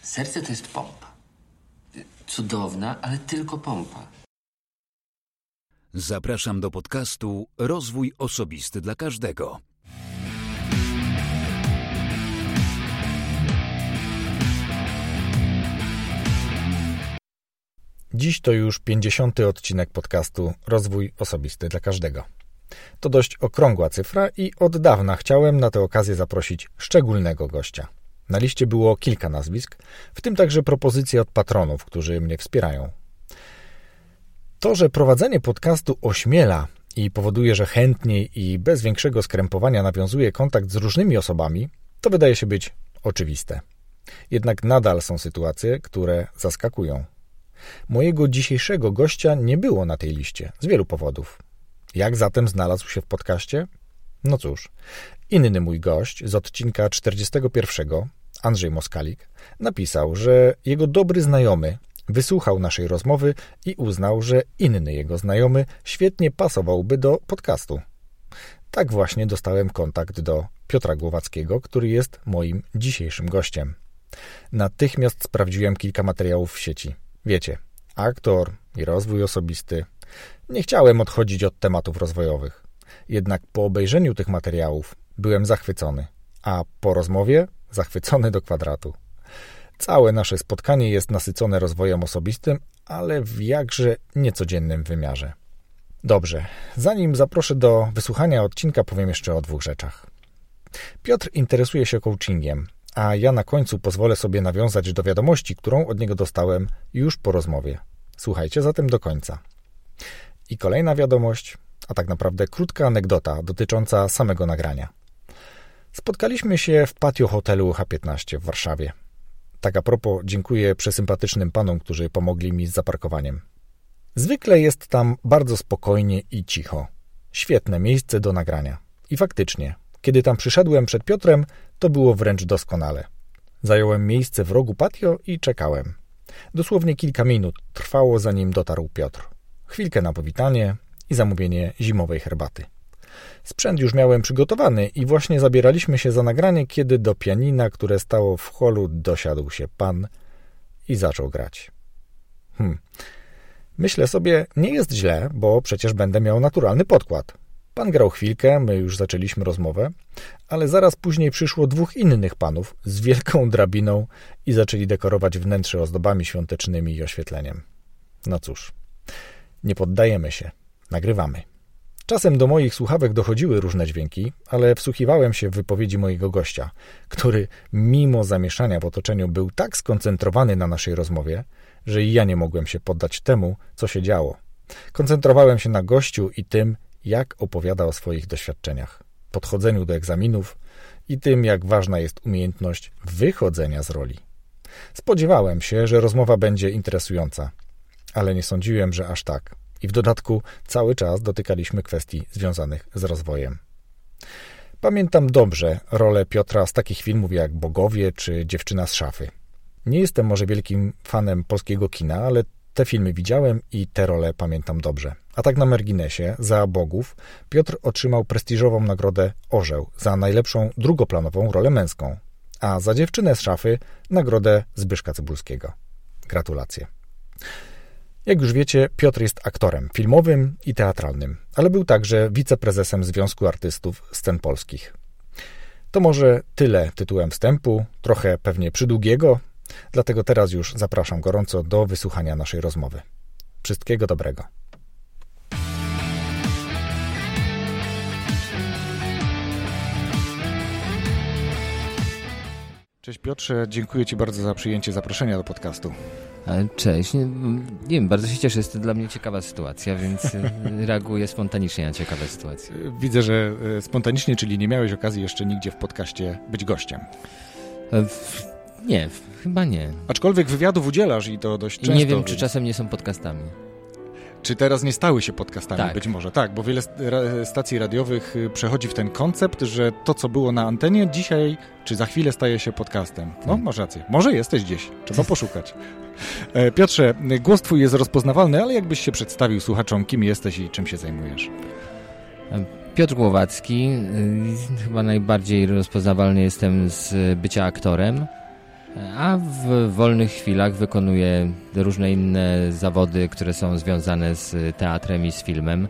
Serce to jest pompa. Cudowna, ale tylko pompa. Zapraszam do podcastu Rozwój Osobisty dla Każdego. Dziś to już 50. odcinek podcastu Rozwój Osobisty dla Każdego. To dość okrągła cyfra i od dawna chciałem na tę okazję zaprosić szczególnego gościa. Na liście było kilka nazwisk, w tym także propozycje od patronów, którzy mnie wspierają. To, że prowadzenie podcastu ośmiela i powoduje, że chętniej i bez większego skrępowania nawiązuję kontakt z różnymi osobami, to wydaje się być oczywiste. Jednak nadal są sytuacje, które zaskakują. Mojego dzisiejszego gościa nie było na tej liście z wielu powodów. Jak zatem znalazł się w podcaście? No cóż, inny mój gość z odcinka 41, Andrzej Moskalik, napisał, że jego dobry znajomy wysłuchał naszej rozmowy i uznał, że inny jego znajomy świetnie pasowałby do podcastu. Tak właśnie dostałem kontakt do Piotra Głowackiego, który jest moim dzisiejszym gościem. Natychmiast sprawdziłem kilka materiałów w sieci. Wiecie, aktor i rozwój osobisty. Nie chciałem odchodzić od tematów rozwojowych. Jednak po obejrzeniu tych materiałów byłem zachwycony, a po rozmowie zachwycony do kwadratu. Całe nasze spotkanie jest nasycone rozwojem osobistym, ale w jakże niecodziennym wymiarze. Dobrze, zanim zaproszę do wysłuchania odcinka, powiem jeszcze o dwóch rzeczach. Piotr interesuje się coachingiem, a ja na końcu pozwolę sobie nawiązać do wiadomości, którą od niego dostałem już po rozmowie. Słuchajcie zatem do końca. I kolejna wiadomość, a tak naprawdę krótka anegdota dotycząca samego nagrania. Spotkaliśmy się w patio hotelu H15 w Warszawie. Tak a propos, dziękuję przesympatycznym panom, którzy pomogli mi z zaparkowaniem. Zwykle jest tam bardzo spokojnie i cicho. Świetne miejsce do nagrania. I faktycznie, kiedy tam przyszedłem przed Piotrem, to było wręcz doskonale. Zająłem miejsce w rogu patio i czekałem. Dosłownie kilka minut trwało, zanim dotarł Piotr. Chwilkę na powitanie i zamówienie zimowej herbaty. Sprzęt już miałem przygotowany i właśnie zabieraliśmy się za nagranie, kiedy do pianina, które stało w holu, dosiadł się pan i zaczął grać. Myślę sobie, nie jest źle, bo przecież będę miał naturalny podkład. Pan grał chwilkę, my już zaczęliśmy rozmowę, ale zaraz później przyszło dwóch innych panów z wielką drabiną i zaczęli dekorować wnętrze ozdobami świątecznymi i oświetleniem. No cóż, nie poddajemy się, nagrywamy. Czasem do moich słuchawek dochodziły różne dźwięki, ale wsłuchiwałem się w wypowiedzi mojego gościa, który mimo zamieszania w otoczeniu był tak skoncentrowany na naszej rozmowie, że i ja nie mogłem się poddać temu, co się działo. Koncentrowałem się na gościu i tym, jak opowiada o swoich doświadczeniach, podchodzeniu do egzaminów i tym, jak ważna jest umiejętność wychodzenia z roli. Spodziewałem się, że rozmowa będzie interesująca, ale nie sądziłem, że aż tak. I w dodatku cały czas dotykaliśmy kwestii związanych z rozwojem. Pamiętam dobrze rolę Piotra z takich filmów jak Bogowie czy Dziewczyna z szafy. Nie jestem może wielkim fanem polskiego kina, ale te filmy widziałem i te role pamiętam dobrze. A tak na marginesie, za Bogów Piotr otrzymał prestiżową nagrodę Orzeł za najlepszą drugoplanową rolę męską, a za Dziewczynę z szafy nagrodę Zbyszka Cybulskiego. Gratulacje. Jak już wiecie, Piotr jest aktorem filmowym i teatralnym, ale był także wiceprezesem Związku Artystów Scen Polskich. To może tyle tytułem wstępu, trochę pewnie przydługiego, dlatego teraz już zapraszam gorąco do wysłuchania naszej rozmowy. Wszystkiego dobrego. Cześć Piotrze, dziękuję Ci bardzo za przyjęcie zaproszenia do podcastu. Cześć, nie wiem, bardzo się cieszę, jest to dla mnie ciekawa sytuacja, więc reaguję spontanicznie na ciekawe sytuacje. Widzę, że spontanicznie, czyli nie miałeś okazji jeszcze nigdzie w podcaście być gościem. Nie, chyba nie. Aczkolwiek wywiadów udzielasz i to dość często. I nie wiem, czy czasem nie są podcastami. Czy teraz nie stały się podcastami? Tak. Być może tak, bo wiele stacji radiowych przechodzi w ten koncept, że to, co było na antenie, dzisiaj czy za chwilę staje się podcastem. No, masz rację. Może jesteś gdzieś. Trzeba poszukać. Piotrze, głos twój jest rozpoznawalny, ale jakbyś się przedstawił słuchaczom, kim jesteś i czym się zajmujesz? Piotr Głowacki. Chyba najbardziej rozpoznawalny jestem z bycia aktorem. A w wolnych chwilach wykonuję różne inne zawody, które są związane z teatrem i z filmem.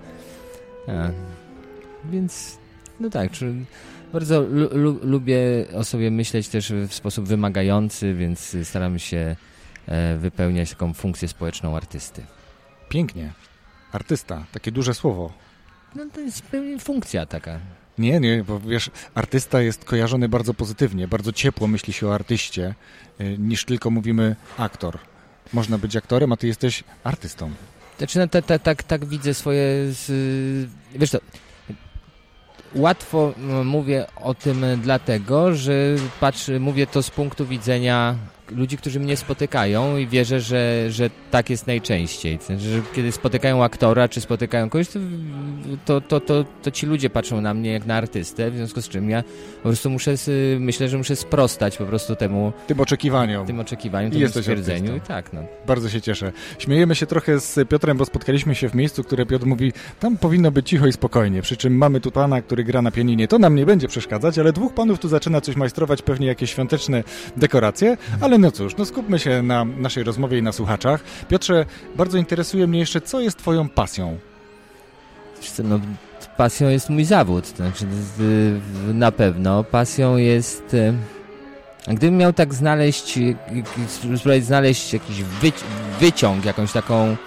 Więc, no tak, bardzo lubię o sobie myśleć też w sposób wymagający, więc staram się wypełniać taką funkcję społeczną artysty. Pięknie. Artysta, takie duże słowo. No to jest pewnie funkcja taka. Nie, bo wiesz, artysta jest kojarzony bardzo pozytywnie, bardzo ciepło myśli się o artyście, niż tylko mówimy aktor. Można być aktorem, a ty jesteś artystą. Znaczy, no, tak widzę swoje... Wiesz co, łatwo mówię o tym dlatego, że mówię to z punktu widzenia ludzi, którzy mnie spotykają i wierzę, że tak jest najczęściej. Że kiedy spotykają aktora, czy spotykają kogoś, to ci ludzie patrzą na mnie jak na artystę, w związku z czym ja po prostu myślę, że muszę sprostać po prostu tym oczekiwaniom, temu stwierdzeniu. I tak, no. Bardzo się cieszę. Śmiejemy się trochę z Piotrem, bo spotkaliśmy się w miejscu, które Piotr mówi, tam powinno być cicho i spokojnie, przy czym mamy tu pana, który gra na pianinie. To nam nie będzie przeszkadzać, ale dwóch panów tu zaczyna coś majstrować, pewnie jakieś świąteczne dekoracje, ale no cóż, no skupmy się na naszej rozmowie i na słuchaczach. Piotrze, bardzo interesuje mnie jeszcze, co jest twoją pasją? No, pasją jest mój zawód, to znaczy na pewno. Pasją jest... Gdybym miał tak spróbować znaleźć jakiś wyciąg, jakąś taką...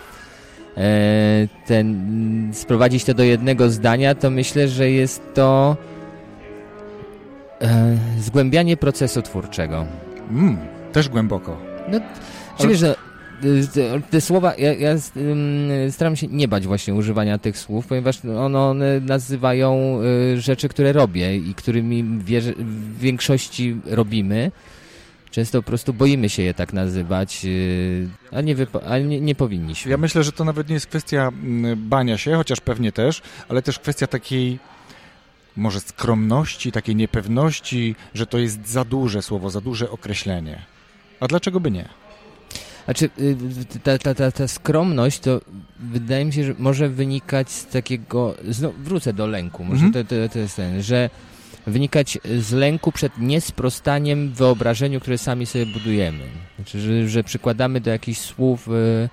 sprowadzić to do jednego zdania, to myślę, że jest to zgłębianie procesu twórczego. Też głęboko. No, ale... wiesz, że te słowa, ja staram się nie bać właśnie używania tych słów, ponieważ one nazywają rzeczy, które robię i którymi w większości robimy. Często po prostu boimy się je tak nazywać, a nie powinniśmy. Ja myślę, że to nawet nie jest kwestia bania się, chociaż pewnie też, ale też kwestia takiej może skromności, takiej niepewności, że to jest za duże słowo, za duże określenie. A dlaczego by nie? Znaczy, ta skromność to wydaje mi się, że może wynikać z takiego... wrócę do lęku. Może to jest ten, że wynikać z lęku przed niesprostaniem wyobrażeniu, które sami sobie budujemy. Znaczy, że przykładamy do jakichś słów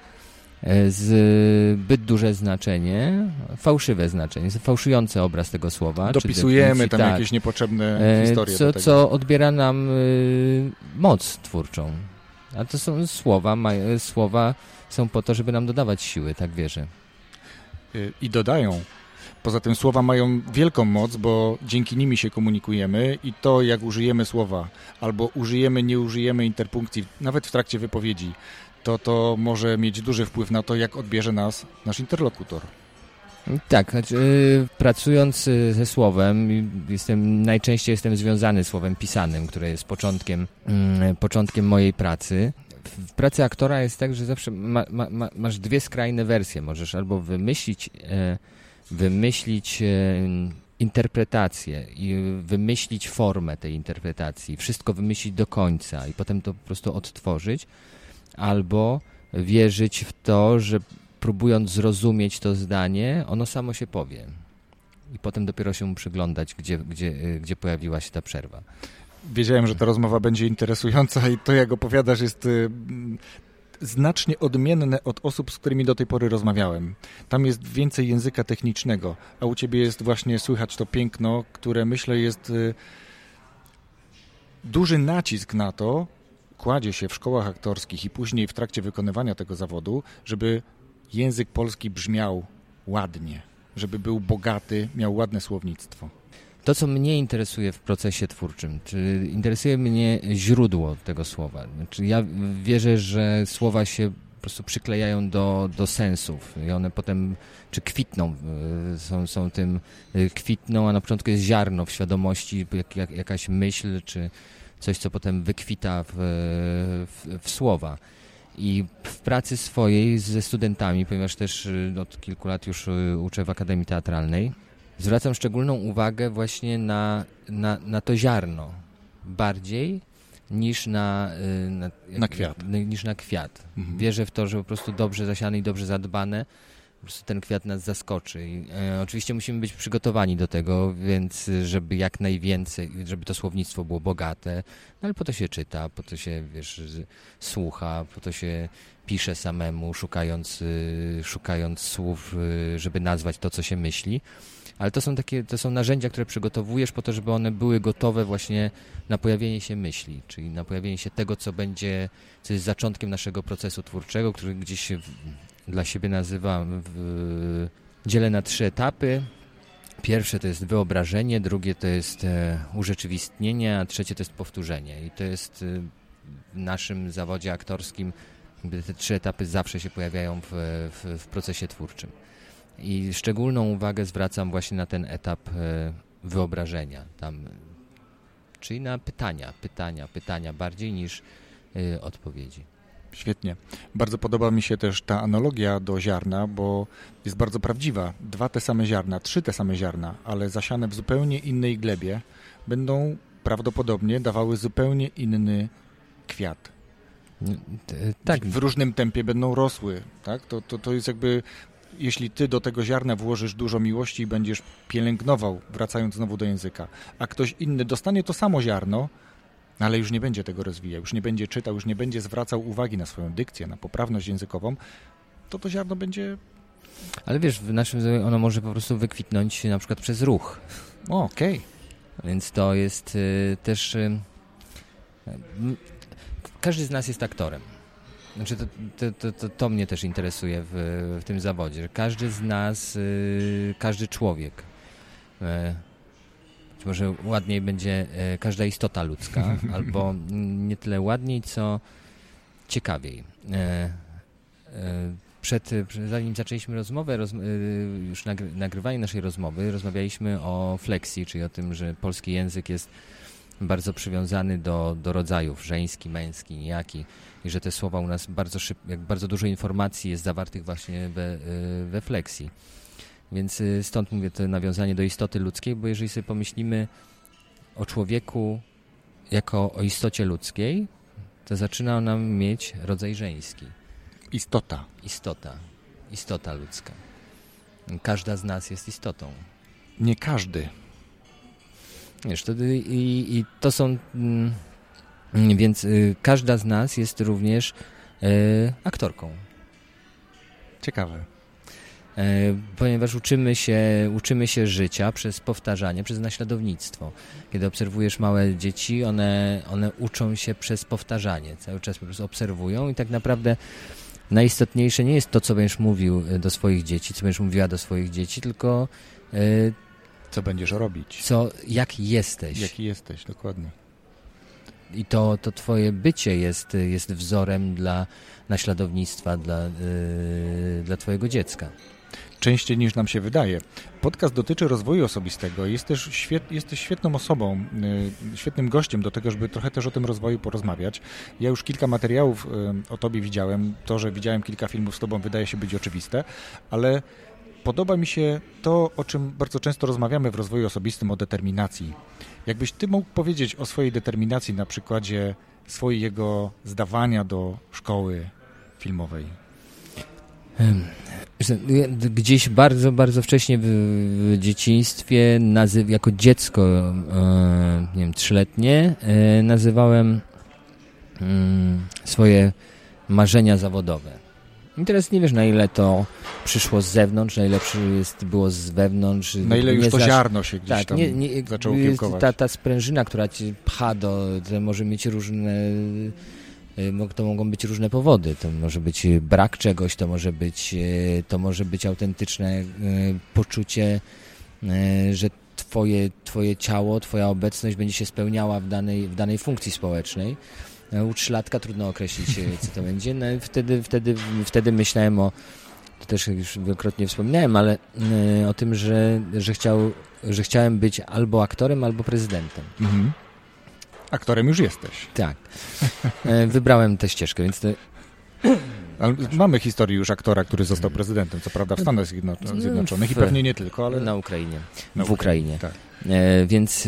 zbyt duże znaczenie, fałszywe znaczenie, fałszujący obraz tego słowa. Dopisujemy tam jakieś niepotrzebne historie. Co odbiera nam moc twórczą. A to są słowa są po to, żeby nam dodawać siły, tak wierzę. I dodają. Poza tym słowa mają wielką moc, bo dzięki nimi się komunikujemy i to, jak użyjemy słowa, albo nie użyjemy interpunkcji, nawet w trakcie wypowiedzi, to może mieć duży wpływ na to, jak odbierze nas nasz interlokutor. Tak, znaczy, pracując ze słowem, najczęściej jestem związany z słowem pisanym, które jest początkiem mojej pracy. W pracy aktora jest tak, że zawsze masz dwie skrajne wersje. Możesz albo wymyślić interpretację i wymyślić formę tej interpretacji, wszystko wymyślić do końca i potem to po prostu odtworzyć, albo wierzyć w to, że próbując zrozumieć to zdanie, ono samo się powie. I potem dopiero się przyglądać, gdzie pojawiła się ta przerwa. Wiedziałem, że ta rozmowa będzie interesująca i to, jak opowiadasz, jest znacznie odmienne od osób, z którymi do tej pory rozmawiałem. Tam jest więcej języka technicznego, a u ciebie jest właśnie słychać to piękno, które myślę jest duży nacisk na to, kładzie się w szkołach aktorskich i później w trakcie wykonywania tego zawodu, żeby język polski brzmiał ładnie, żeby był bogaty, miał ładne słownictwo. To, co mnie interesuje w procesie twórczym, czy interesuje mnie źródło tego słowa. Znaczy, ja wierzę, że słowa się po prostu przyklejają do sensów i one potem, czy kwitną, są tym kwitną, a na początku jest ziarno w świadomości, jakaś myśl, czy coś, co potem wykwita w słowa. I w pracy swojej ze studentami, ponieważ też od kilku lat już uczę w Akademii Teatralnej, zwracam szczególną uwagę właśnie na to ziarno, bardziej niż na kwiat. Niż na kwiat. Wierzę w to, że po prostu dobrze zasiane i dobrze zadbane prostu ten kwiat nas zaskoczy. I, oczywiście musimy być przygotowani do tego, więc żeby jak najwięcej, żeby to słownictwo było bogate, no ale po to się czyta, po to się, słucha, po to się pisze samemu, szukając słów, żeby nazwać to, co się myśli. Ale to są narzędzia, które przygotowujesz po to, żeby one były gotowe właśnie na pojawienie się myśli, czyli na pojawienie się tego, co jest zaczątkiem naszego procesu twórczego, który gdzieś dla siebie nazywam, dzielę na 3 etapy. Pierwsze to jest wyobrażenie, drugie to jest urzeczywistnienie, a trzecie to jest powtórzenie. I to jest w naszym zawodzie aktorskim, te 3 etapy zawsze się pojawiają w procesie twórczym. I szczególną uwagę zwracam właśnie na ten etap wyobrażenia, czyli na pytania bardziej niż odpowiedzi. Świetnie. Bardzo podoba mi się też ta analogia do ziarna, bo jest bardzo prawdziwa. 2 te same ziarna, 3 te same ziarna, ale zasiane w zupełnie innej glebie, będą prawdopodobnie dawały zupełnie inny kwiat. Tak. W różnym tempie będą rosły. Tak? To jest jakby, jeśli ty do tego ziarna włożysz dużo miłości i będziesz pielęgnował, wracając znowu do języka, a ktoś inny dostanie to samo ziarno, ale już nie będzie tego rozwijał, już nie będzie czytał, już nie będzie zwracał uwagi na swoją dykcję, na poprawność językową, to ziarno będzie... Ale wiesz, w naszym ono może po prostu wykwitnąć na przykład przez ruch. Okej. Więc to jest też... Każdy z nas jest aktorem. Znaczy to mnie też interesuje w tym zawodzie, że każdy z nas, każdy człowiek, być może ładniej będzie każda istota ludzka, albo nie tyle ładniej, co ciekawiej. Zanim zaczęliśmy rozmowę, już nagrywanie naszej rozmowy, rozmawialiśmy o fleksji, czyli o tym, że polski język jest bardzo przywiązany do rodzajów żeński, męski, nijaki i że te słowa u nas bardzo dużo informacji jest zawartych właśnie we fleksji. Więc stąd mówię to nawiązanie do istoty ludzkiej, bo jeżeli sobie pomyślimy o człowieku jako o istocie ludzkiej, to zaczyna ona mieć rodzaj żeński. Istota ludzka. Każda z nas jest istotą. Nie każdy. Wiesz, i to są... Więc każda z nas jest również aktorką. Ciekawe. Ponieważ uczymy się życia przez powtarzanie, przez naśladownictwo. Kiedy obserwujesz małe dzieci, one uczą się przez powtarzanie. Cały czas po prostu obserwują i tak naprawdę najistotniejsze nie jest to, co będziesz mówił do swoich dzieci, co będziesz mówiła do swoich dzieci, tylko co będziesz robić. Jak jesteś. Jaki jesteś, dokładnie. I to twoje bycie jest wzorem dla naśladownictwa, dla twojego dziecka. Częściej niż nam się wydaje. Podcast dotyczy rozwoju osobistego. Jesteś świetną osobą, świetnym gościem do tego, żeby trochę też o tym rozwoju porozmawiać. Ja już kilka materiałów o tobie widziałem. To, że widziałem kilka filmów z tobą, wydaje się być oczywiste, ale podoba mi się to, o czym bardzo często rozmawiamy w rozwoju osobistym, o determinacji. Jakbyś ty mógł powiedzieć o swojej determinacji na przykładzie swojego zdawania do szkoły filmowej? Gdzieś bardzo, bardzo wcześnie w dzieciństwie, jako dziecko, nie wiem, 3-letnie, nazywałem swoje marzenia zawodowe. I teraz nie wiesz, na ile to przyszło z zewnątrz, na ile było z wewnątrz. Na ile już to ziarno się gdzieś tam zaczęło kiełkować. Ta sprężyna, która ci pcha to może mieć różne... To mogą być różne powody. To może być brak czegoś, to może być autentyczne poczucie, że twoje ciało, twoja obecność będzie się spełniała w danej funkcji społecznej. U 3-latka trudno określić, co to będzie. No i wtedy myślałem to też już wielokrotnie wspominałem, ale o tym, że chciałem być albo aktorem, albo prezydentem. Mhm. Aktorem już jesteś. Tak. Wybrałem tę ścieżkę, więc to... Ale mamy historię już aktora, który został prezydentem, co prawda w Stanach Zjednoczonych i pewnie nie tylko, ale... Na Ukrainie. W Ukrainie. Tak. Więc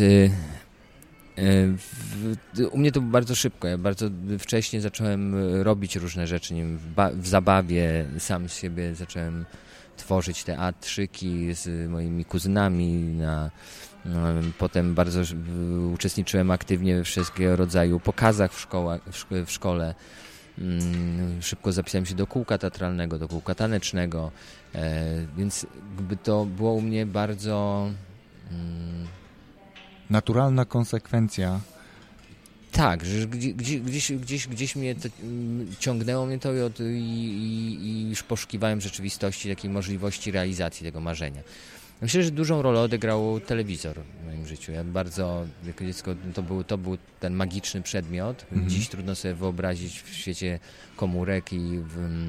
u mnie to było bardzo szybko. Ja bardzo wcześnie zacząłem robić różne rzeczy. Nie wiem, w zabawie sam z siebie zacząłem tworzyć teatrzyki z moimi kuzynami. Potem bardzo uczestniczyłem aktywnie we wszystkiego rodzaju pokazach w szkole. Szybko zapisałem się do kółka teatralnego, do kółka tanecznego, więc jakby to było u mnie bardzo... Naturalna konsekwencja. Tak, że gdzieś mnie ciągnęło mnie to i już poszukiwałem rzeczywistości, takiej możliwości realizacji tego marzenia. Myślę, że dużą rolę odegrał telewizor w moim życiu. Ja bardzo, jako dziecko, to był ten magiczny przedmiot. Dziś trudno sobie wyobrazić w świecie komórek i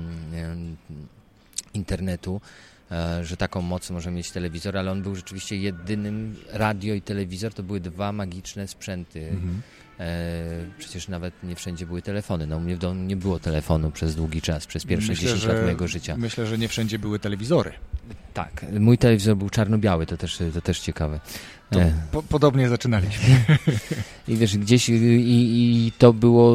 internetu, że taką moc może mieć telewizor, ale on był rzeczywiście jedynym. Radio i telewizor to były dwa magiczne sprzęty. Przecież nawet nie wszędzie były telefony. No, u mnie w domu nie było telefonu przez długi czas, przez pierwsze 10 lat mojego życia. Myślę, że nie wszędzie były telewizory. Tak, mój telewizor był czarno-biały, to też ciekawe. Podobnie zaczynaliśmy. I wiesz, gdzieś i to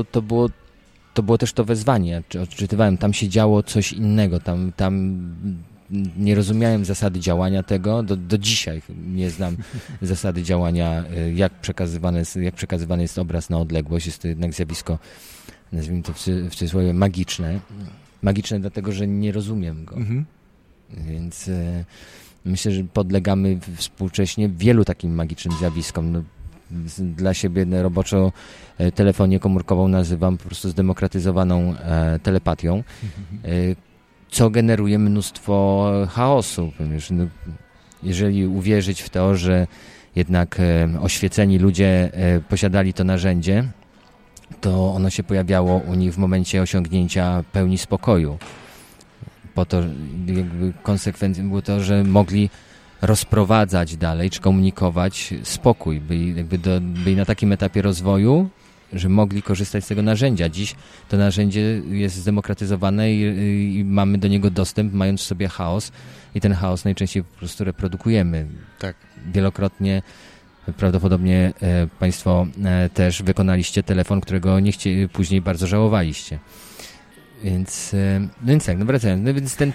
było też to wezwanie. Odczytywałem, tam się działo coś innego, tam nie rozumiałem zasady działania tego, do dzisiaj nie znam zasady działania, jak przekazywany jest obraz na odległość. Jest to jednak zjawisko, nazwijmy to w cudzysłowie, magiczne. Magiczne dlatego, że nie rozumiem go. Więc myślę, że podlegamy współcześnie wielu takim magicznym zjawiskom. No, dla siebie roboczo telefonię komórkową nazywam po prostu zdemokratyzowaną telepatią, co generuje mnóstwo chaosu. Jeżeli uwierzyć w to, że jednak oświeceni ludzie posiadali to narzędzie, to ono się pojawiało u nich w momencie osiągnięcia pełni spokoju. Po to jakby konsekwencją było to, że mogli rozprowadzać dalej, czy komunikować spokój. Byli na takim etapie rozwoju, że mogli korzystać z tego narzędzia. Dziś to narzędzie jest zdemokratyzowane i mamy do niego dostęp, mając w sobie chaos i ten chaos najczęściej po prostu reprodukujemy. Tak. Wielokrotnie prawdopodobnie Państwo też wykonaliście telefon, którego później bardzo żałowaliście. Więc tak, no wracając. No więc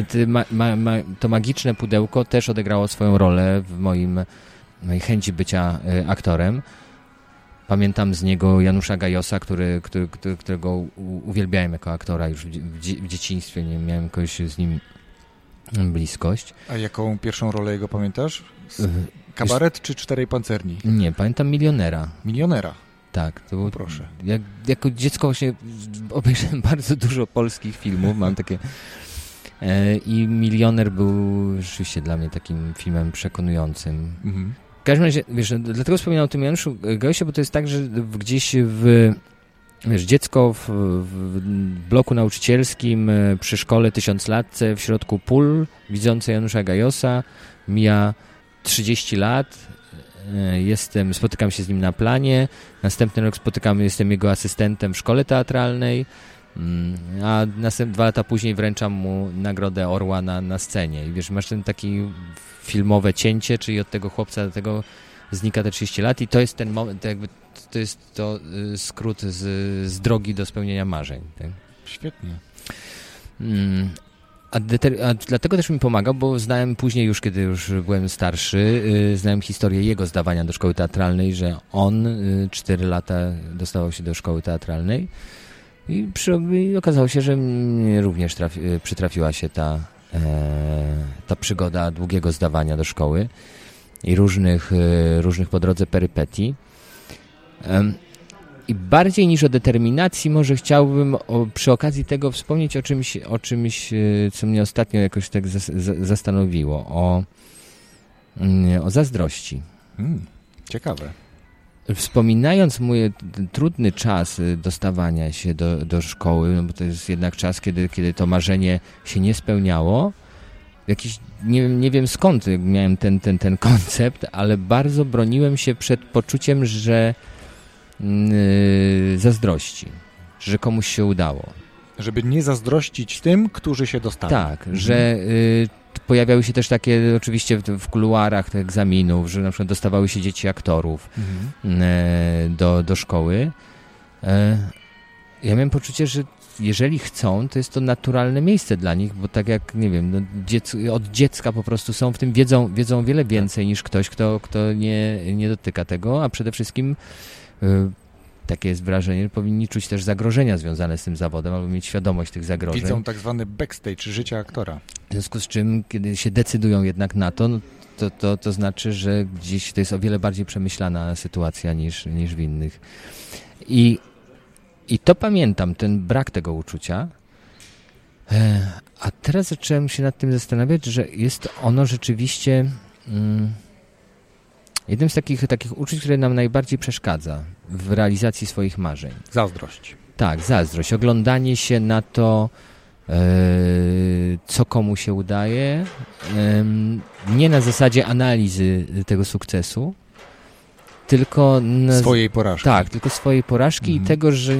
to magiczne pudełko też odegrało swoją rolę w mojej chęci bycia aktorem. Pamiętam z niego Janusza Gajosa, którego uwielbiałem jako aktora już w dzieciństwie. Nie miałem jakoś z nim bliskość. A jaką pierwszą rolę jego pamiętasz? Kabaret czy Czterej Pancerni? Nie, pamiętam Milionera. Milionera? Tak, to był. Proszę. Jako dziecko właśnie obejrzałem bardzo dużo polskich filmów, mam takie. I Milioner był rzeczywiście dla mnie takim filmem przekonującym. W każdym razie, wiesz, dlatego wspominam o tym Januszu Gajosie, bo to jest tak, że gdzieś dziecko w bloku nauczycielskim przy szkole tysiąclatce w środku pól, widzące Janusza Gajosa, mija 30 lat, spotykam się z nim na planie, następny rok jestem jego asystentem w szkole teatralnej, a 2 lata później wręczam mu nagrodę Orła na scenie. I wiesz, masz ten taki filmowe cięcie, czyli od tego chłopca do tego znika te 30 lat i to jest ten moment, to jest to skrót z drogi do spełnienia marzeń. Tak? Świetnie. A dlatego też mi pomagał, bo znałem później już, kiedy już byłem starszy, znałem historię jego zdawania do szkoły teatralnej, że on 4 lata dostawał się do szkoły teatralnej i okazało się, że mnie również przytrafiła się ta przygoda długiego zdawania do szkoły i różnych po drodze perypetii. I bardziej niż o determinacji może chciałbym przy okazji tego wspomnieć o czymś, co mnie ostatnio jakoś tak zastanowiło. O zazdrości. Ciekawe. Wspominając mój trudny czas dostawania się do szkoły, no bo to jest jednak czas, kiedy to marzenie się nie spełniało, jakiś, nie wiem skąd miałem ten koncept, ale bardzo broniłem się przed poczuciem, że zazdrości, że komuś się udało. Żeby nie zazdrościć tym, którzy się dostali. Tak, że pojawiały się też takie oczywiście w kuluarach tych egzaminów, że na przykład dostawały się dzieci aktorów do szkoły. ja miałem poczucie, że jeżeli chcą, to jest to naturalne miejsce dla nich, bo tak jak, nie wiem, no, od dziecka po prostu są w tym, wiedzą o wiele więcej niż ktoś, kto nie dotyka tego, a przede wszystkim takie jest wrażenie, powinni czuć też zagrożenia związane z tym zawodem, albo mieć świadomość tych zagrożeń. Widzą tak zwany backstage życia aktora. W związku z czym, kiedy się decydują jednak na to, no, to znaczy, że gdzieś to jest o wiele bardziej przemyślana sytuacja niż w innych. I to pamiętam, ten brak tego uczucia. A teraz zacząłem się nad tym zastanawiać, że jest ono rzeczywiście jednym z takich uczuć, które nam najbardziej przeszkadza w realizacji swoich marzeń. Zazdrość. Tak, zazdrość. Oglądanie się na to, co komu się udaje, nie na zasadzie analizy tego sukcesu, tylko swojej porażki. Tak, tylko swojej porażki i tego, że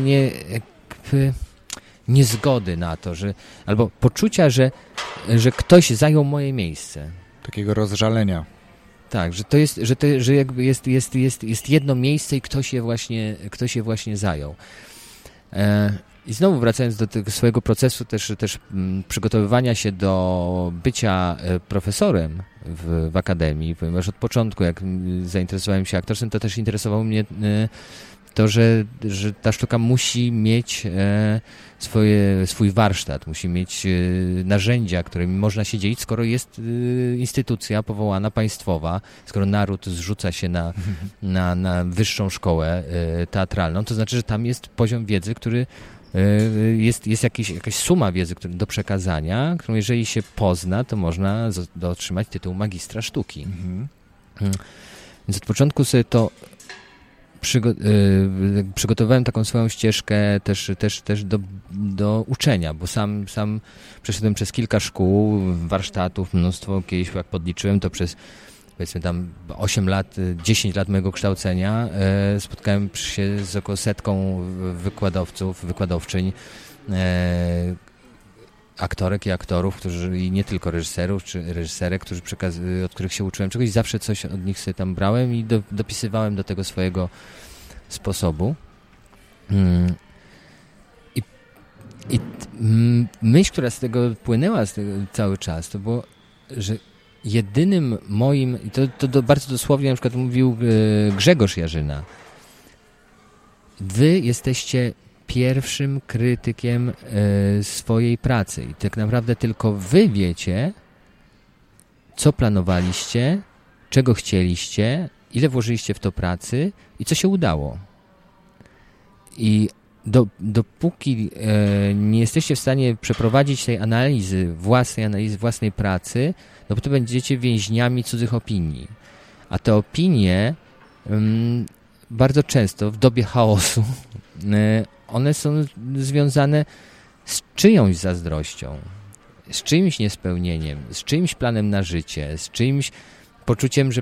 niezgody na to, albo poczucia, że ktoś zajął moje miejsce. Takiego rozżalenia. Tak, że jakby jest jedno miejsce i ktoś je właśnie zajął. I znowu wracając do tego swojego procesu też przygotowywania się do bycia profesorem w akademii, ponieważ od początku, jak zainteresowałem się aktorstwem, to też interesowało mnie to, że ta sztuka musi mieć swój warsztat, musi mieć narzędzia, którymi można się dzielić, skoro jest instytucja powołana państwowa, skoro naród zrzuca się na wyższą szkołę teatralną, to znaczy, że tam jest poziom wiedzy, który jest jakaś suma wiedzy do przekazania, którą jeżeli się pozna, to można otrzymać tytuł magistra sztuki. Więc od początku sobie to przygotowałem taką swoją ścieżkę też do uczenia, bo sam przeszedłem przez kilka szkół, warsztatów, mnóstwo, kiedyś jak podliczyłem, to przez powiedzmy tam 8 lat, 10 lat mojego kształcenia spotkałem się z około 100 wykładowców, wykładowczyń, aktorek i aktorów, i nie tylko reżyserów czy reżyserek, od których się uczyłem czegoś, zawsze coś od nich sobie tam brałem i dopisywałem do tego swojego sposobu. I myśl, która z tego płynęła cały czas, to było, że jedynym moim, i to bardzo dosłownie na przykład mówił Grzegorz Jarzyna, wy jesteście pierwszym krytykiem swojej pracy i tak naprawdę tylko wy wiecie, co planowaliście, czego chcieliście, ile włożyliście w to pracy i co się udało. I dopóki nie jesteście w stanie przeprowadzić tej analizy własnej pracy, no bo to będziecie więźniami cudzych opinii. A te opinie bardzo często w dobie chaosu one są związane z czyjąś zazdrością, z czyimś niespełnieniem, z czyimś planem na życie, z czyimś poczuciem,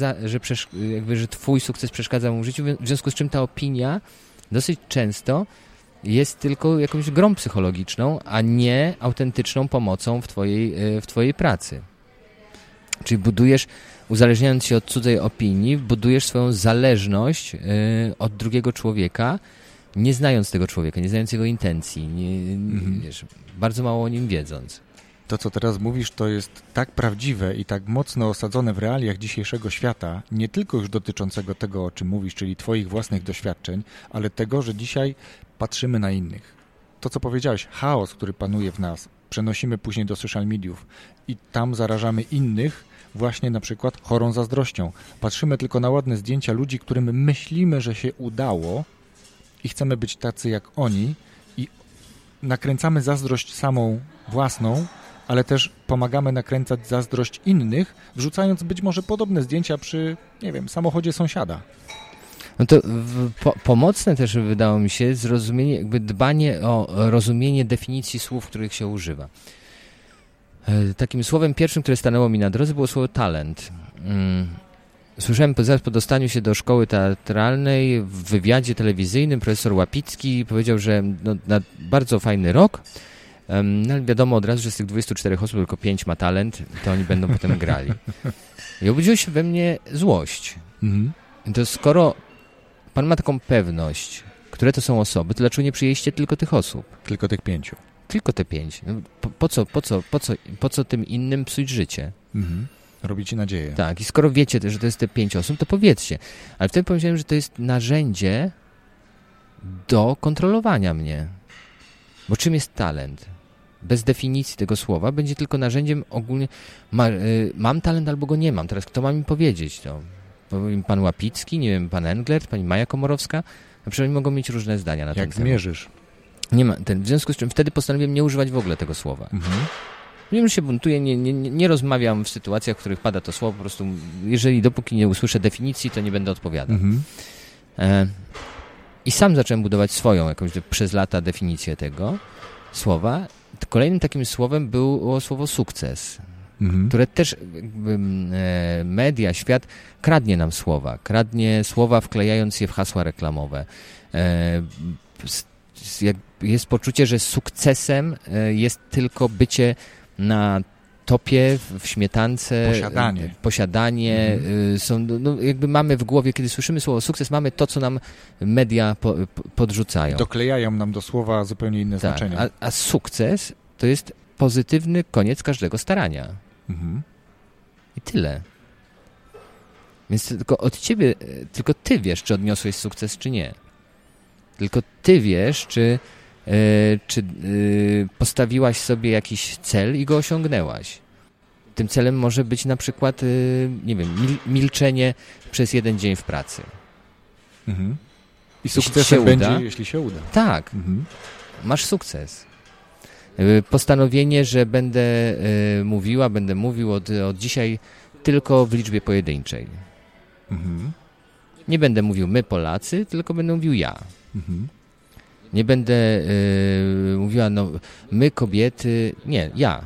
że twój sukces przeszkadza mu w życiu, w związku z czym ta opinia dosyć często jest tylko jakąś grą psychologiczną, a nie autentyczną pomocą w twojej pracy. Czyli budujesz, uzależniając się od cudzej opinii, budujesz swoją zależność od drugiego człowieka, nie znając tego człowieka, nie znając jego intencji, wiesz, bardzo mało o nim wiedząc. To, co teraz mówisz, to jest tak prawdziwe i tak mocno osadzone w realiach dzisiejszego świata, nie tylko już dotyczącego tego, o czym mówisz, czyli twoich własnych doświadczeń, ale tego, że dzisiaj patrzymy na innych. To, co powiedziałeś, chaos, który panuje w nas, przenosimy później do social mediów i tam zarażamy innych właśnie na przykład chorą zazdrością. Patrzymy tylko na ładne zdjęcia ludzi, którym myślimy, że się udało i chcemy być tacy jak oni i nakręcamy zazdrość samą własną, ale też pomagamy nakręcać zazdrość innych, wrzucając być może podobne zdjęcia przy, nie wiem, samochodzie sąsiada. No to pomocne też wydało mi się zrozumienie, jakby dbanie o rozumienie definicji słów, których się używa. Takim słowem pierwszym, które stanęło mi na drodze, było słowo talent. Słyszałem zaraz po dostaniu się do szkoły teatralnej w wywiadzie telewizyjnym profesor Łapicki powiedział, że na bardzo fajny rok, no ale wiadomo od razu, że z tych 24 osób tylko 5 ma talent, to oni będą potem grali. I obudziła się we mnie złość. To skoro pan ma taką pewność, które to są osoby, to dlaczego nie przyjęliście tylko tych osób? Tylko tych 5. Tylko te 5. No, po co tym innym psuć życie? Mhm. Robi ci nadzieję. Tak, i skoro wiecie, że to jest te 5 osób, to powiedzcie. Ale wtedy powiedziałem, że to jest narzędzie do kontrolowania mnie. Bo czym jest talent? Bez definicji tego słowa będzie tylko narzędziem ogólnie. Mam talent albo go nie mam. Teraz kto ma mi powiedzieć to? Powiem pan Łapicki, nie wiem, pan Englert, pani Maja Komorowska. Na przykład oni mogą mieć różne zdania na ten temat. Jak zmierzysz? Nie ma, w związku z czym wtedy postanowiłem nie używać w ogóle tego słowa. Mhm. Wiem, że się buntuję, nie rozmawiam w sytuacjach, w których pada to słowo, po prostu dopóki nie usłyszę definicji, to nie będę odpowiadał. Mhm. I sam zacząłem budować swoją jakąś przez lata definicję tego słowa. Kolejnym takim słowem było słowo sukces, które też jakby, media, świat kradnie nam słowa. Kradnie słowa, wklejając je w hasła reklamowe. Jest poczucie, że sukcesem jest tylko bycie na topie, w śmietance. Posiadanie. Jakby mamy w głowie, kiedy słyszymy słowo sukces, mamy to, co nam media podrzucają. Doklejają nam do słowa zupełnie inne znaczenie. A sukces to jest pozytywny koniec każdego starania. Mhm. I tyle. Więc tylko od ciebie, tylko ty wiesz, czy odniosłeś sukces, czy nie. Tylko ty wiesz, czy postawiłaś sobie jakiś cel i go osiągnęłaś. Tym celem może być na przykład, nie wiem, milczenie przez 1 dzień w pracy. Mhm. I sukcesem będzie, jeśli się uda. Tak. Mhm. Masz sukces. Postanowienie, że będę mówił od dzisiaj tylko w liczbie pojedynczej. Mhm. Nie będę mówił my Polacy, tylko będę mówił ja. Mhm. Nie będę mówiła my kobiety. Nie, ja.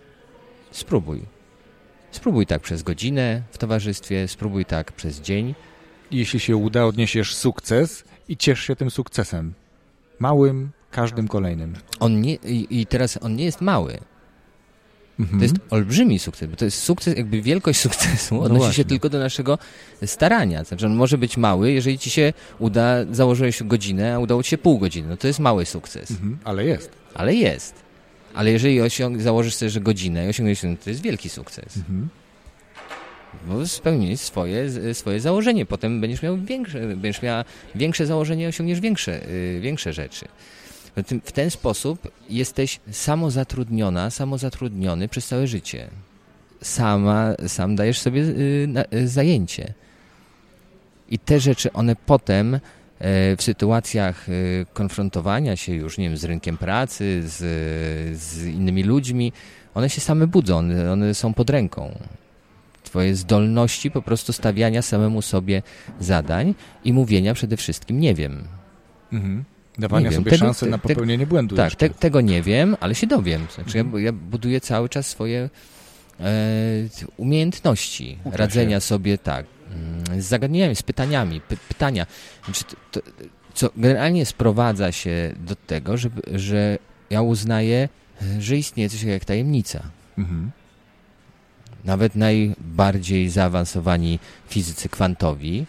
Spróbuj tak przez godzinę w towarzystwie, spróbuj tak przez dzień. I jeśli się uda, odniesiesz sukces i ciesz się tym sukcesem. Małym, każdym kolejnym. I teraz on nie jest mały. Mhm. To jest olbrzymi sukces, bo to jest sukces, jakby wielkość sukcesu odnosi się tylko do naszego starania. Znaczy on może być mały, jeżeli ci się uda, założyłeś godzinę, a udało ci się pół godziny, no to jest mały sukces. Mhm. Ale jest. Ale jeżeli założysz sobie, że godzinę i osiągniesz, to jest wielki sukces. Mhm. Bo spełniłeś swoje założenie. Potem będziesz miała większe założenie, osiągniesz większe rzeczy. W ten sposób jesteś samozatrudniony przez całe życie. Sam dajesz sobie zajęcie. I te rzeczy, one potem w sytuacjach konfrontowania się już, nie wiem, z rynkiem pracy, z innymi ludźmi, one się same budzą, one są pod ręką. Twoje zdolności po prostu stawiania samemu sobie zadań i mówienia przede wszystkim nie wiem. Mhm. Dawania sobie szansy na popełnienie błędu. Tak, tego nie wiem, ale się dowiem. Znaczy, ja buduję cały czas swoje umiejętności radzenia sobie z zagadnieniami, z pytaniami. Pytania. Znaczy, co generalnie sprowadza się do tego, że ja uznaję, że istnieje coś jak tajemnica. Mhm. Nawet najbardziej zaawansowani fizycy kwantowi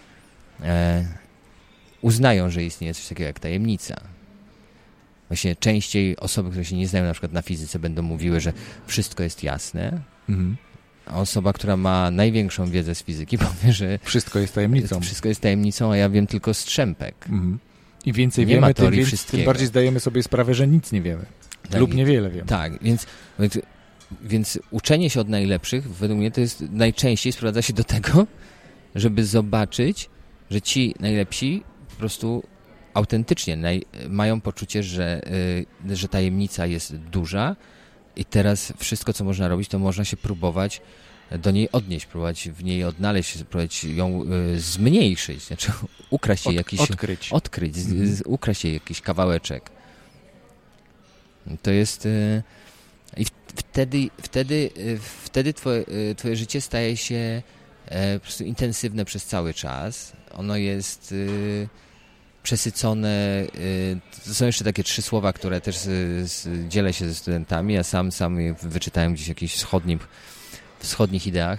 uznają, że istnieje coś takiego jak tajemnica. Właśnie częściej osoby, które się nie znają na przykład na fizyce, będą mówiły, że wszystko jest jasne, a osoba, która ma największą wiedzę z fizyki, powie, że wszystko jest tajemnicą. Wszystko jest tajemnicą, a ja wiem tylko strzępek. Mhm. I więcej nie wiemy, tym bardziej zdajemy sobie sprawę, że nic nie wiemy. Tak, lub niewiele wiemy. Tak, więc uczenie się od najlepszych, według mnie to jest najczęściej sprowadza się do tego, żeby zobaczyć, że ci najlepsi po prostu autentycznie mają poczucie, że tajemnica jest duża i teraz wszystko, co można robić, to można się próbować do niej odnieść, próbować w niej odnaleźć, próbować ją zmniejszyć, znaczy ukraść jej jakiś... Odkryć, ukraść jej jakiś kawałeczek. To jest... I wtedy twoje życie staje się po prostu intensywne przez cały czas. Ono jest przesycone. To są jeszcze takie 3 słowa, które też dzielę się ze studentami, a sam je wyczytałem gdzieś w jakichś wschodnich ideach.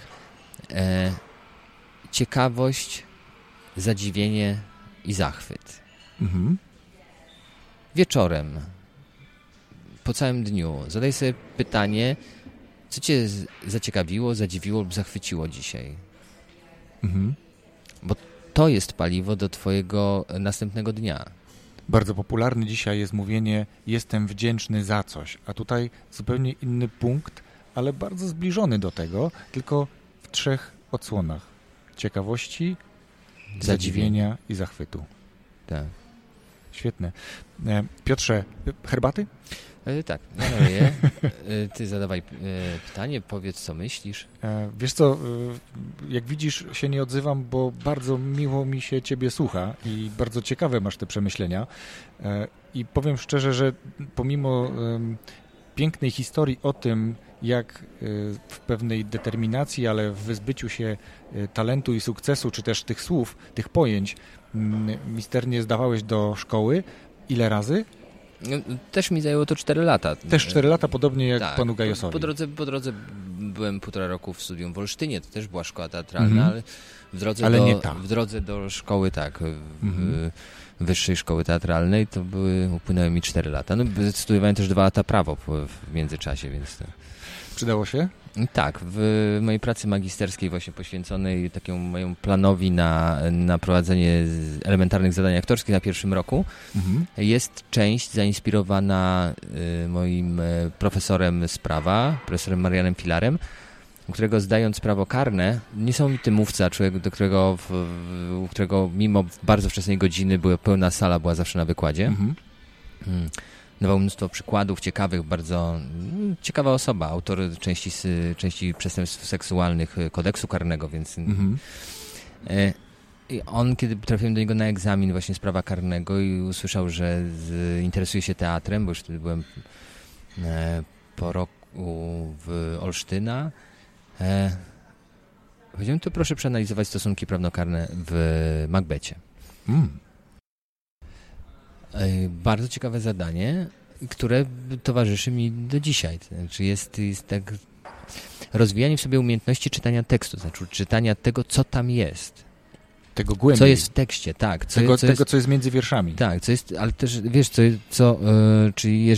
Ciekawość, zadziwienie i zachwyt. Mhm. wieczorem, po całym dniu, zadaj sobie pytanie, co cię zaciekawiło, zadziwiło lub zachwyciło dzisiaj. Bo to jest paliwo do twojego następnego dnia. Bardzo popularny dzisiaj jest mówienie jestem wdzięczny za coś, a tutaj zupełnie inny punkt, ale bardzo zbliżony do tego, tylko w 3 odsłonach. Ciekawości, zadziwienia i zachwytu. Tak. Świetne. Piotrze, herbaty? Tak, ja naleję. Ty zadawaj pytanie, powiedz, co myślisz. Wiesz co, jak widzisz, się nie odzywam, bo bardzo miło mi się ciebie słucha i bardzo ciekawe masz te przemyślenia. I powiem szczerze, że pomimo pięknej historii o tym, jak w pewnej determinacji, ale w wyzbyciu się talentu i sukcesu, czy też tych słów, tych pojęć, misternie zdawałeś do szkoły, ile razy? Też mi zajęło to 4 lata. Też 4 lata, podobnie jak tak, panu Gajosowi. Po drodze byłem 1,5 roku w studium w Olsztynie, to też była szkoła teatralna, ale w drodze do szkoły, tak, wyższej szkoły teatralnej, to upłynęły mi 4 lata. No, studiowałem też 2 lata prawo w międzyczasie, więc to... Przydało się? Tak, w mojej pracy magisterskiej właśnie poświęconej takiemu mojemu planowi na prowadzenie elementarnych zadań aktorskich na 1. roku jest część zainspirowana moim profesorem z prawa, profesorem Marianem Filarem, u którego zdając prawo karne, niesamowity mówca, człowiek, u którego mimo bardzo wczesnej godziny pełna sala była zawsze na wykładzie. Dawał mnóstwo przykładów ciekawych, bardzo ciekawa osoba, autor części przestępstw seksualnych kodeksu karnego, więc i on, kiedy trafiłem do niego na egzamin właśnie z prawa karnego i usłyszał, że interesuje się teatrem, bo już wtedy byłem po roku w Olsztyna, powiedziałem, to proszę przeanalizować stosunki prawnokarne w Macbecie. Bardzo ciekawe zadanie, które towarzyszy mi do dzisiaj. To znaczy jest tak rozwijanie w sobie umiejętności czytania tekstu, znaczy czytania tego, co tam jest. Tego głębiej. Co jest w tekście, tak. Tego, co jest między wierszami. Tak, co jest, ale też wiesz, czyli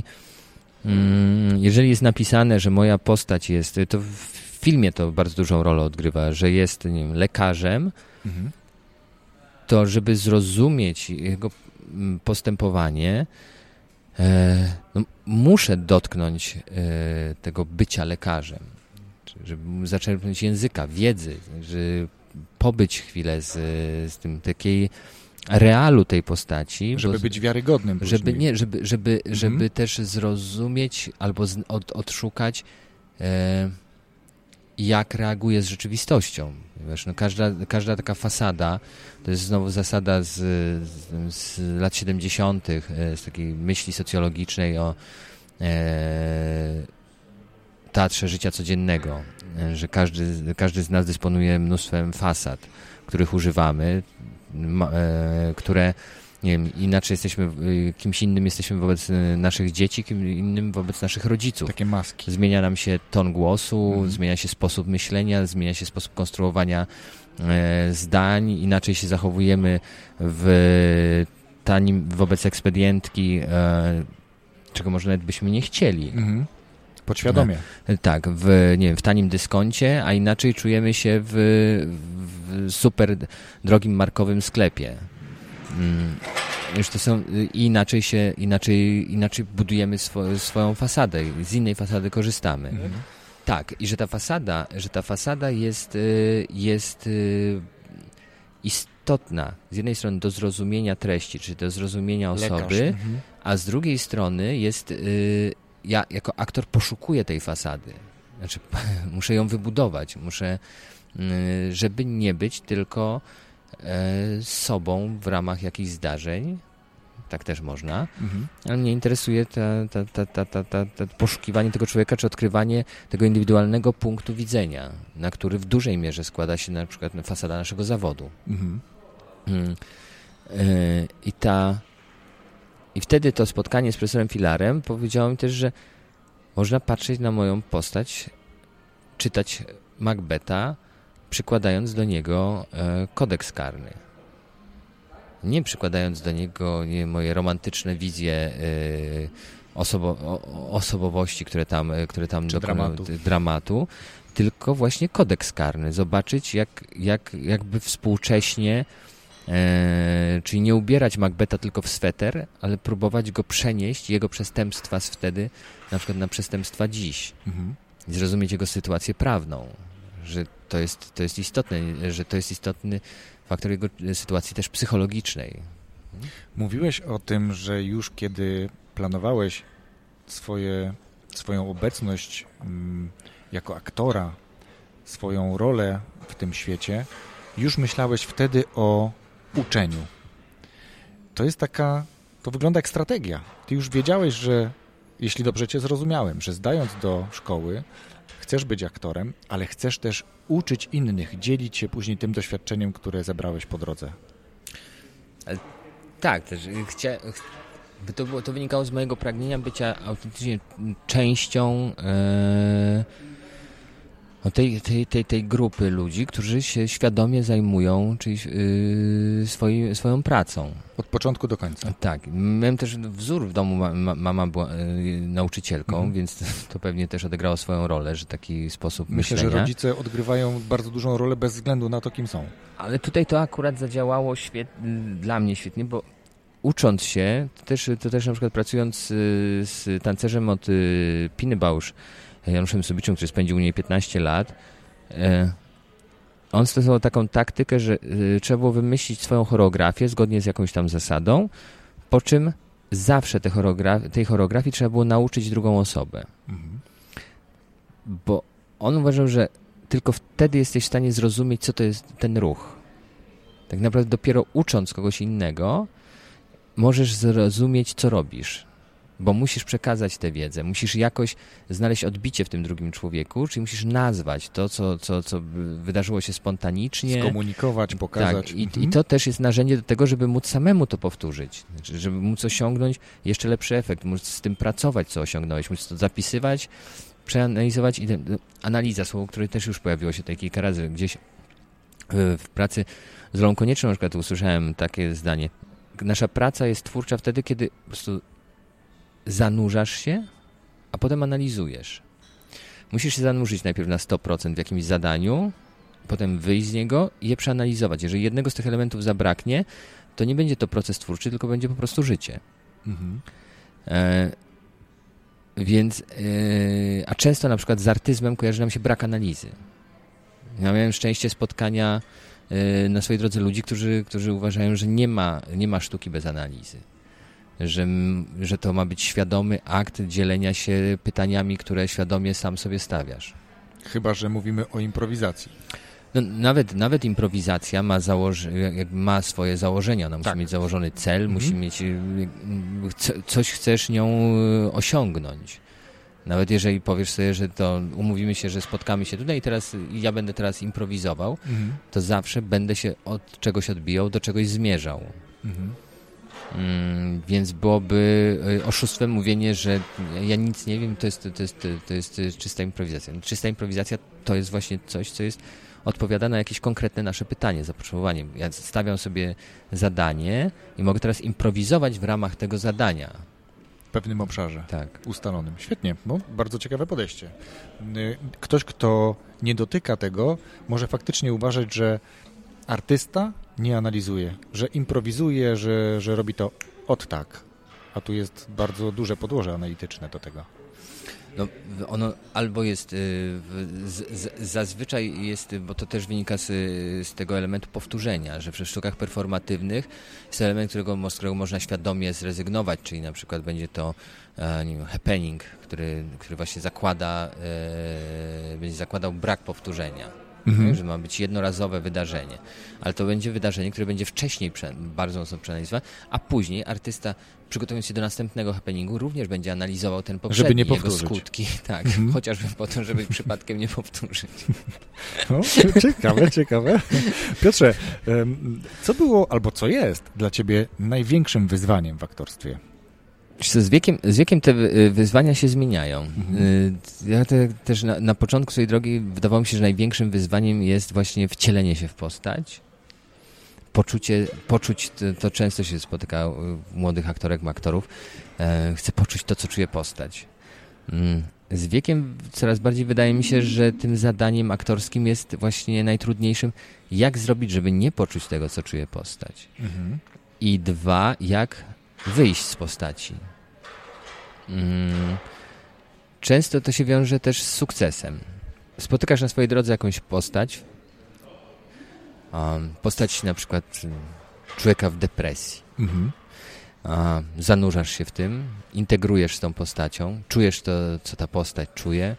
jeżeli jest napisane, że moja postać jest, to w filmie to bardzo dużą rolę odgrywa, że jest, nie wiem, lekarzem, to żeby zrozumieć jego postępowanie, muszę dotknąć tego bycia lekarzem, żeby zaczerpnąć języka, wiedzy, żeby pobyć chwilę z tym takiej realu tej postaci. Żeby być wiarygodnym. Żeby też zrozumieć albo odszukać, jak reaguje z rzeczywistością. Wiesz, no każda taka fasada, to jest znowu zasada z lat 70., z takiej myśli socjologicznej o teatrze życia codziennego, że każdy z nas dysponuje mnóstwem fasad, których używamy, które, nie wiem, inaczej jesteśmy, kimś innym jesteśmy wobec naszych dzieci, kim innym wobec naszych rodziców. Takie maski. Zmienia nam się ton głosu, zmienia się sposób myślenia, zmienia się sposób konstruowania zdań, inaczej się zachowujemy wobec ekspedientki, czego może nawet byśmy nie chcieli. Podświadomie. Tak, w tanim dyskoncie, a inaczej czujemy się w super drogim markowym sklepie. Już to są inaczej budujemy swoją fasadę, z innej fasady korzystamy. Tak, i że ta fasada jest istotna z jednej strony do zrozumienia treści, czyli do zrozumienia osoby, a z drugiej strony jest ja jako aktor poszukuję tej fasady. Znaczy, muszę ją wybudować, żeby nie być tylko sobą w ramach jakichś zdarzeń. Tak też można. Ale mnie interesuje poszukiwanie tego człowieka, czy odkrywanie tego indywidualnego punktu widzenia, na który w dużej mierze składa się na przykład fasada naszego zawodu. I wtedy to spotkanie z profesorem Filarem powiedziało mi też, że można patrzeć na moją postać, czytać Macbeta, przykładając do niego kodeks karny. nie przykładając do niego moje romantyczne wizje osobowości, które tam dokonują dramatu, tylko właśnie kodeks karny. Zobaczyć, jakby współcześnie, czyli nie ubierać Macbeta tylko w sweter, ale próbować go przenieść, jego przestępstwa z wtedy, na przykład na przestępstwa dziś. I zrozumieć jego sytuację prawną, że to jest istotne, że to jest istotny faktor jego sytuacji też psychologicznej. Mówiłeś o tym, że już kiedy planowałeś swoją obecność jako aktora, swoją rolę w tym świecie, już myślałeś wtedy o uczeniu. To wygląda jak strategia. Ty już wiedziałeś, że, jeśli dobrze cię zrozumiałem, że zdając do szkoły, chcesz być aktorem, ale chcesz też uczyć innych, dzielić się później tym doświadczeniem, które zebrałeś po drodze. Tak, też to wynikało z mojego pragnienia bycia autentycznie częścią tej grupy ludzi, którzy się świadomie zajmują swoją pracą. Od początku do końca. Tak. Miałem też wzór w domu, mama była nauczycielką, więc to pewnie też odegrało swoją rolę, że taki sposób myślenia. Myślę, że rodzice odgrywają bardzo dużą rolę bez względu na to, kim są. Ale tutaj to akurat zadziałało dla mnie świetnie, bo ucząc się, to też na przykład pracując z tancerzem od Piny Bausch, Januszem Subiczem, który spędził u niej 15 lat, on stosował taką taktykę, że trzeba było wymyślić swoją choreografię zgodnie z jakąś tam zasadą, po czym zawsze tej choreografii trzeba było nauczyć drugą osobę. Bo on uważał, że tylko wtedy jesteś w stanie zrozumieć, co to jest ten ruch. Tak naprawdę dopiero ucząc kogoś innego, możesz zrozumieć, co robisz. Bo musisz przekazać tę wiedzę, musisz jakoś znaleźć odbicie w tym drugim człowieku, czyli musisz nazwać to, co wydarzyło się spontanicznie. Skomunikować, pokazać. Tak, i to też jest narzędzie do tego, żeby móc samemu to powtórzyć, żeby móc osiągnąć jeszcze lepszy efekt, móc z tym pracować, co osiągnąłeś, móc to zapisywać, przeanalizować. Analiza, słowo, które też już pojawiło się tutaj kilka razy gdzieś w pracy z Rolą Konieczną, na przykład usłyszałem takie zdanie. Nasza praca jest twórcza wtedy, kiedy po prostu zanurzasz się, a potem analizujesz. Musisz się zanurzyć najpierw na 100% w jakimś zadaniu, potem wyjść z niego i je przeanalizować. Jeżeli jednego z tych elementów zabraknie, to nie będzie to proces twórczy, tylko będzie po prostu życie. A często na przykład z artyzmem kojarzy nam się brak analizy. Ja miałem szczęście spotkania na swojej drodze ludzi, którzy uważają, że nie ma sztuki bez analizy. Że to ma być świadomy akt dzielenia się pytaniami, które świadomie sam sobie stawiasz. Chyba że mówimy o improwizacji. No, nawet improwizacja ma swoje założenia. Ona musi mieć założony cel, musi mieć coś chcesz nią osiągnąć. Nawet jeżeli powiesz sobie, że to umówimy się, że spotkamy się tutaj i ja będę teraz improwizował, to zawsze będę się od czegoś odbijał, do czegoś zmierzał. Więc byłoby oszustwem mówienie, że ja nic nie wiem, to jest czysta improwizacja. Czysta improwizacja to jest właśnie coś, co odpowiada na jakieś konkretne nasze pytanie, zapotrzebowanie. Ja stawiam sobie zadanie i mogę teraz improwizować w ramach tego zadania. W pewnym obszarze tak. Ustalonym. Świetnie, bo bardzo ciekawe podejście. Ktoś, kto nie dotyka tego, może faktycznie uważać, że artysta nie analizuje, że improwizuje, że robi to od tak. A tu jest bardzo duże podłoże analityczne do tego. No, ono albo jest, zazwyczaj jest, bo to też wynika z tego elementu powtórzenia, że przy sztukach performatywnych jest element, z którego można świadomie zrezygnować, czyli na przykład będzie to happening, który właśnie będzie zakładał brak powtórzenia. Że ma być jednorazowe wydarzenie, ale to będzie wydarzenie, które będzie wcześniej bardzo mocno przeanalizowane, a później artysta, przygotowując się do następnego happeningu, również będzie analizował ten poprzedni, jego skutki, tak, chociażby po to, żeby przypadkiem nie powtórzyć. No, ciekawe. Piotrze, co było albo co jest dla ciebie największym wyzwaniem w aktorstwie? Z wiekiem te wyzwania się zmieniają. Ja też na początku swojej drogi wydawało mi się, że największym wyzwaniem jest właśnie wcielenie się w postać. poczuć, to często się spotyka u młodych aktorek, aktorów, chcę poczuć to, co czuje postać. Z wiekiem coraz bardziej wydaje mi się, że tym zadaniem aktorskim jest właśnie najtrudniejszym, jak zrobić, żeby nie poczuć tego, co czuje postać. I 2, jak wyjść z postaci. Często to się wiąże też z sukcesem. Spotykasz na swojej drodze jakąś postać na przykład człowieka w depresji. Zanurzasz się w tym, integrujesz z tą postacią, czujesz to, co ta postać czuje,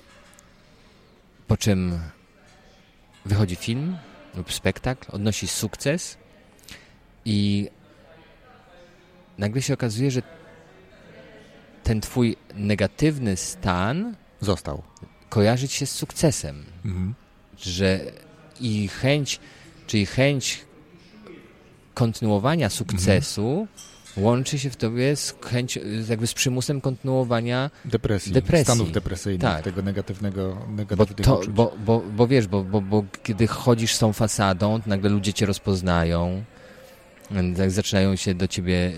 po czym wychodzi film lub spektakl, odnosi sukces i nagle się okazuje, że ten twój negatywny stan Został. kojarzy ci się z sukcesem. Że i chęć kontynuowania sukcesu łączy się w tobie z jakby z przymusem kontynuowania depresji. Stanów depresyjnych, tak. Tego negatywnych uczuć. Bo wiesz, bo kiedy chodzisz z tą fasadą, to nagle ludzie cię rozpoznają, tak zaczynają się do ciebie,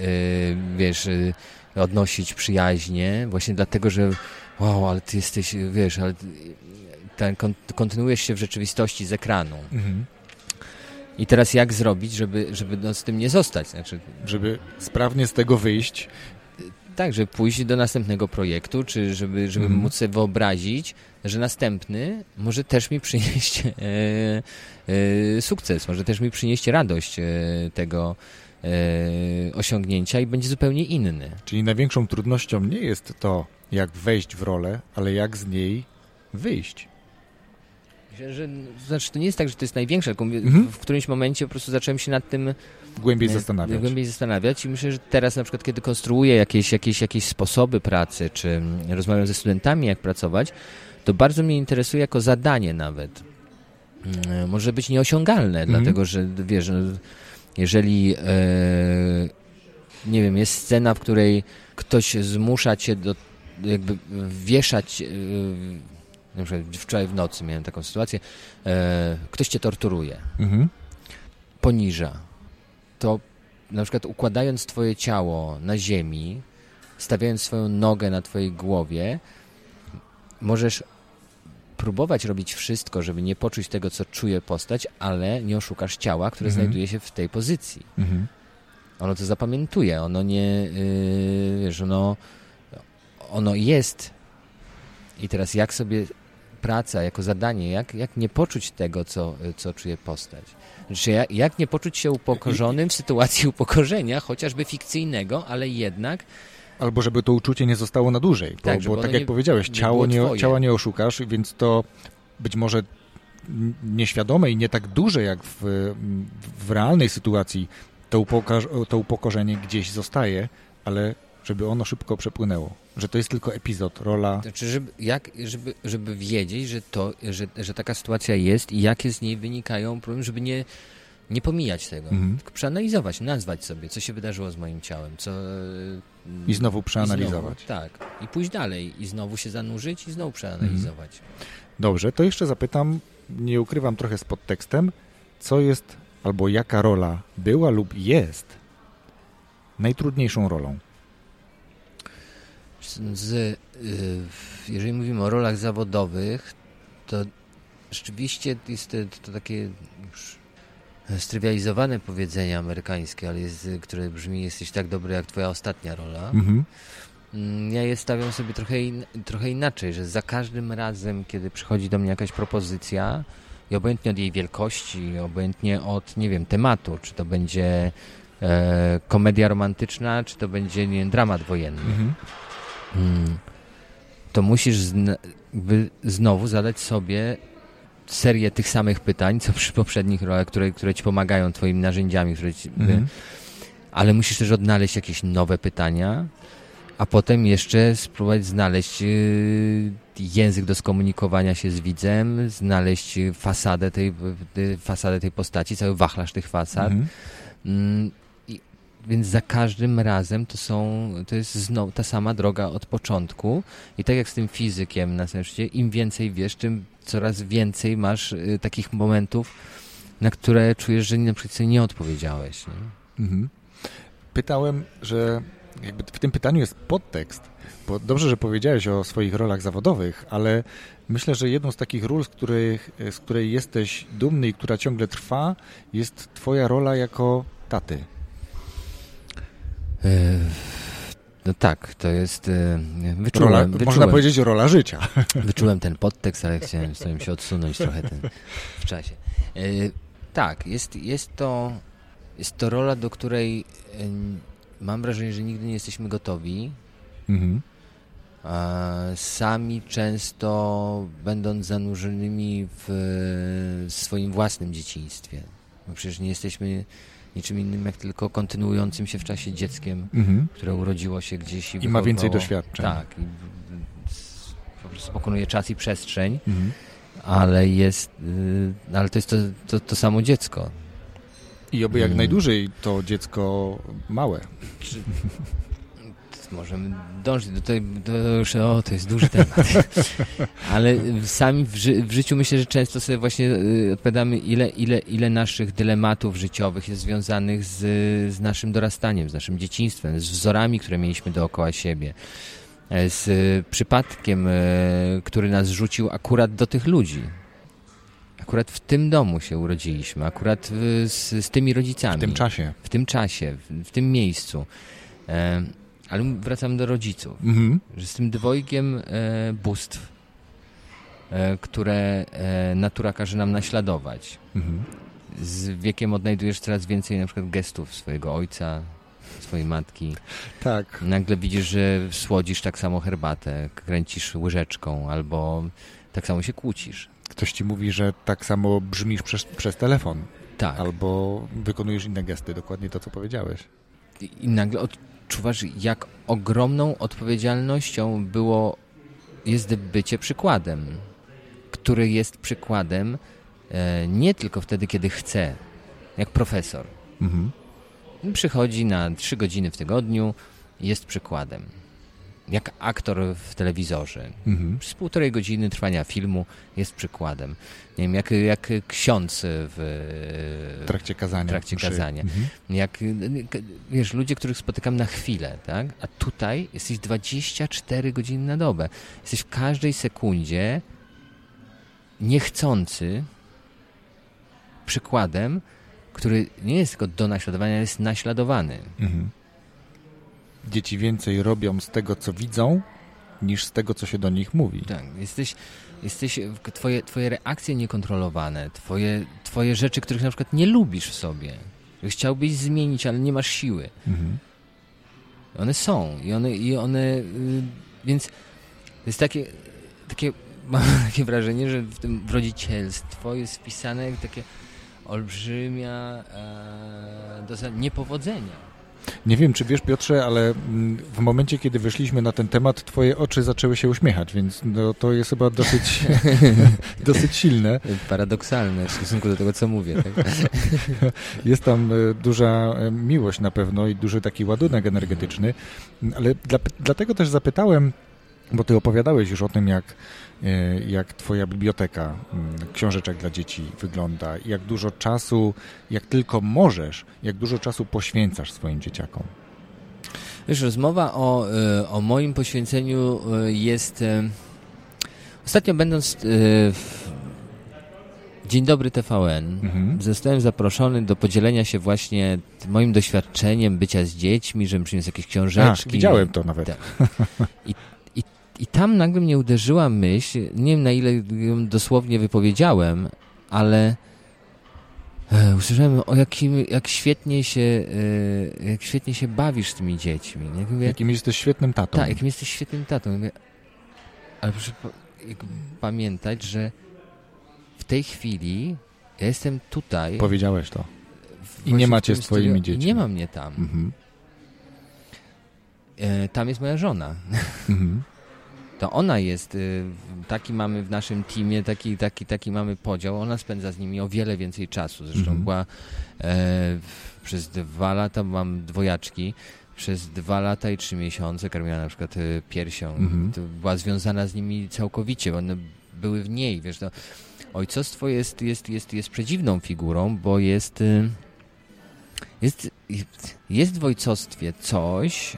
odnosić przyjaźnie, właśnie dlatego, że wow, ale ty jesteś, ale kontynuujesz się w rzeczywistości z ekranu. I teraz jak zrobić, żeby z tym nie zostać? Znaczy, żeby sprawnie z tego wyjść. Tak, żeby pójść do następnego projektu, czy żeby móc sobie wyobrazić, że następny może też mi przynieść sukces, może też mi przynieść radość tego osiągnięcia i będzie zupełnie inny. Czyli największą trudnością nie jest to, jak wejść w rolę, ale jak z niej wyjść. Znaczy, to nie jest tak, że to jest największe, tylko w którymś momencie po prostu zacząłem się nad tym głębiej zastanawiać i myślę, że teraz na przykład, kiedy konstruuję jakieś sposoby pracy, czy rozmawiam ze studentami, jak pracować, to bardzo mnie interesuje jako zadanie nawet. Może być nieosiągalne, dlatego, że wiesz, jeżeli nie wiem, jest scena, w której ktoś zmusza cię do jakby wieszać na przykład wczoraj w nocy miałem taką sytuację, ktoś cię torturuje, poniża, to na przykład układając twoje ciało na ziemi, stawiając swoją nogę na twojej głowie, możesz próbować robić wszystko, żeby nie poczuć tego, co czuje postać, ale nie oszukasz ciała, które znajduje się w tej pozycji. Ono to zapamiętuje, ono nie, ono jest. I teraz jak sobie praca jako zadanie, jak nie poczuć tego, co czuje postać? Znaczy, jak nie poczuć się upokorzonym w sytuacji upokorzenia, chociażby fikcyjnego, ale jednak... Albo żeby to uczucie nie zostało na dłużej, bo tak jak powiedziałeś, ciała nie oszukasz, więc to być może nieświadome i nie tak duże jak w realnej sytuacji to upokorzenie gdzieś zostaje, ale żeby ono szybko przepłynęło. Że to jest tylko epizod, rola... Znaczy, żeby wiedzieć, że taka sytuacja jest i jakie z niej wynikają problemy, żeby nie pomijać tego, tylko przeanalizować, nazwać sobie, co się wydarzyło z moim ciałem, I znowu przeanalizować. Tak. I pójść dalej. I znowu się zanurzyć i znowu przeanalizować. Dobrze, to jeszcze zapytam, nie ukrywam trochę z podtekstem, co jest, albo jaka rola była lub jest najtrudniejszą rolą? Jeżeli mówimy o rolach zawodowych, to rzeczywiście jest to takie już strywializowane powiedzenie amerykańskie, ale które brzmi: jesteś tak dobry jak twoja ostatnia rola. Ja je stawiam sobie trochę inaczej, że za każdym razem, kiedy przychodzi do mnie jakaś propozycja i obojętnie od jej wielkości, obojętnie od, nie wiem, tematu, czy to będzie komedia romantyczna, czy to będzie, nie wiem, dramat wojenny, to musisz znowu zadać sobie serię tych samych pytań, co przy poprzednich rolach, które ci pomagają twoimi narzędziami, ale musisz też odnaleźć jakieś nowe pytania, a potem jeszcze spróbować znaleźć język do skomunikowania się z widzem, znaleźć fasadę tej postaci, cały wachlarz tych fasad. Więc za każdym razem to jest znowu ta sama droga od początku. I tak jak z tym fizykiem na szczęście, im więcej wiesz, tym coraz więcej masz takich momentów na które czujesz, że na przykład sobie nie odpowiedziałeś. Nie? Mhm. Pytałem, że jakby w tym pytaniu jest podtekst, bo dobrze, że powiedziałeś o swoich rolach zawodowych, ale myślę, że jedną z takich ról, z której jesteś dumny i która ciągle trwa, jest twoja rola jako taty. No tak, to jest... Wyczułem. Można powiedzieć rola życia. Wyczułem ten podtekst, ale chciałem się odsunąć trochę w czasie. Tak, jest to rola, do której mam wrażenie, że nigdy nie jesteśmy gotowi. Mhm. Sami często będąc zanurzonymi w swoim własnym dzieciństwie. Bo przecież nie jesteśmy niczym innym, jak tylko kontynuującym się w czasie dzieckiem, które urodziło się gdzieś i ma więcej doświadczeń. Tak. I po prostu pokonuje czas i przestrzeń, ale to jest to samo dziecko. I oby jak najdłużej to dziecko małe. Możemy dążyć do tego, to jest duży temat. Ale sami w życiu myślę, że często sobie właśnie odpowiadamy, ile naszych dylematów życiowych jest związanych z naszym dorastaniem, z naszym dzieciństwem, z wzorami, które mieliśmy dookoła siebie, z przypadkiem, który nas rzucił akurat do tych ludzi. Akurat w tym domu się urodziliśmy, akurat z tymi rodzicami. W tym czasie, w tym miejscu. Ale wracam do rodziców, że z tym dwojgiem bóstw, które natura każe nam naśladować. Z wiekiem odnajdujesz coraz więcej na przykład gestów swojego ojca, swojej matki. Tak. Nagle widzisz, że słodzisz tak samo herbatę, kręcisz łyżeczką albo tak samo się kłócisz. Ktoś ci mówi, że tak samo brzmisz przez telefon. Tak. Albo wykonujesz inne gesty, dokładnie to, co powiedziałeś. I nagle odczuwasz, jak ogromną odpowiedzialnością jest bycie przykładem, który jest przykładem nie tylko wtedy, kiedy chce, jak profesor. Przychodzi na 3 godziny w tygodniu, jest przykładem. Jak aktor w telewizorze. Przez 1,5 godziny trwania filmu jest przykładem. Nie wiem, jak ksiądz w trakcie kazania. Jak, wiesz, ludzie, których spotykam na chwilę, tak? A tutaj jesteś 24 godziny na dobę. Jesteś w każdej sekundzie niechcący przykładem, który nie jest tylko do naśladowania, ale jest naśladowany. Dzieci więcej robią z tego, co widzą, niż z tego, co się do nich mówi. Tak, twoje reakcje niekontrolowane, twoje rzeczy, których na przykład nie lubisz w sobie, że chciałbyś zmienić, ale nie masz siły. One są i one więc jest takie mam takie wrażenie, że w rodzicielstwo jest wpisane takie olbrzymia doza niepowodzenia. Nie wiem, czy wiesz, Piotrze, ale w momencie, kiedy wyszliśmy na ten temat, twoje oczy zaczęły się uśmiechać, więc to jest chyba dosyć silne. Paradoksalne w stosunku do tego, co mówię. Tak? Jest tam duża miłość na pewno i duży taki ładunek energetyczny, ale dlatego też zapytałem, bo ty opowiadałeś już o tym, jak twoja biblioteka książeczek dla dzieci wygląda, jak dużo czasu, jak tylko możesz, jak dużo czasu poświęcasz swoim dzieciakom. Wiesz, rozmowa o moim poświęceniu jest... Ostatnio będąc w Dzień Dobry TVN, zostałem zaproszony do podzielenia się właśnie moim doświadczeniem bycia z dziećmi, żebym przyniósł jakieś książeczki. Widziałem to nawet. Tak. I tam nagle mnie uderzyła myśl, nie wiem na ile ją dosłownie wypowiedziałem, ale usłyszałem jak świetnie się bawisz z tymi dziećmi. Jakim jesteś świetnym tatą. Tak, jakim jesteś świetnym tatą. Mówię, ale proszę pamiętać, że w tej chwili ja jestem tutaj. Powiedziałeś to. I nie macie z twoimi dziećmi. Nie ma mnie tam. Tam jest moja żona. To ona jest, taki mamy w naszym teamie, taki mamy podział, ona spędza z nimi o wiele więcej czasu. Zresztą była przez 2 lata, mam dwojaczki, przez 2 lata i 3 miesiące karmiła na przykład piersią. To była związana z nimi całkowicie, one były w niej, wiesz, to ojcostwo jest przedziwną figurą, bo jest w ojcostwie coś,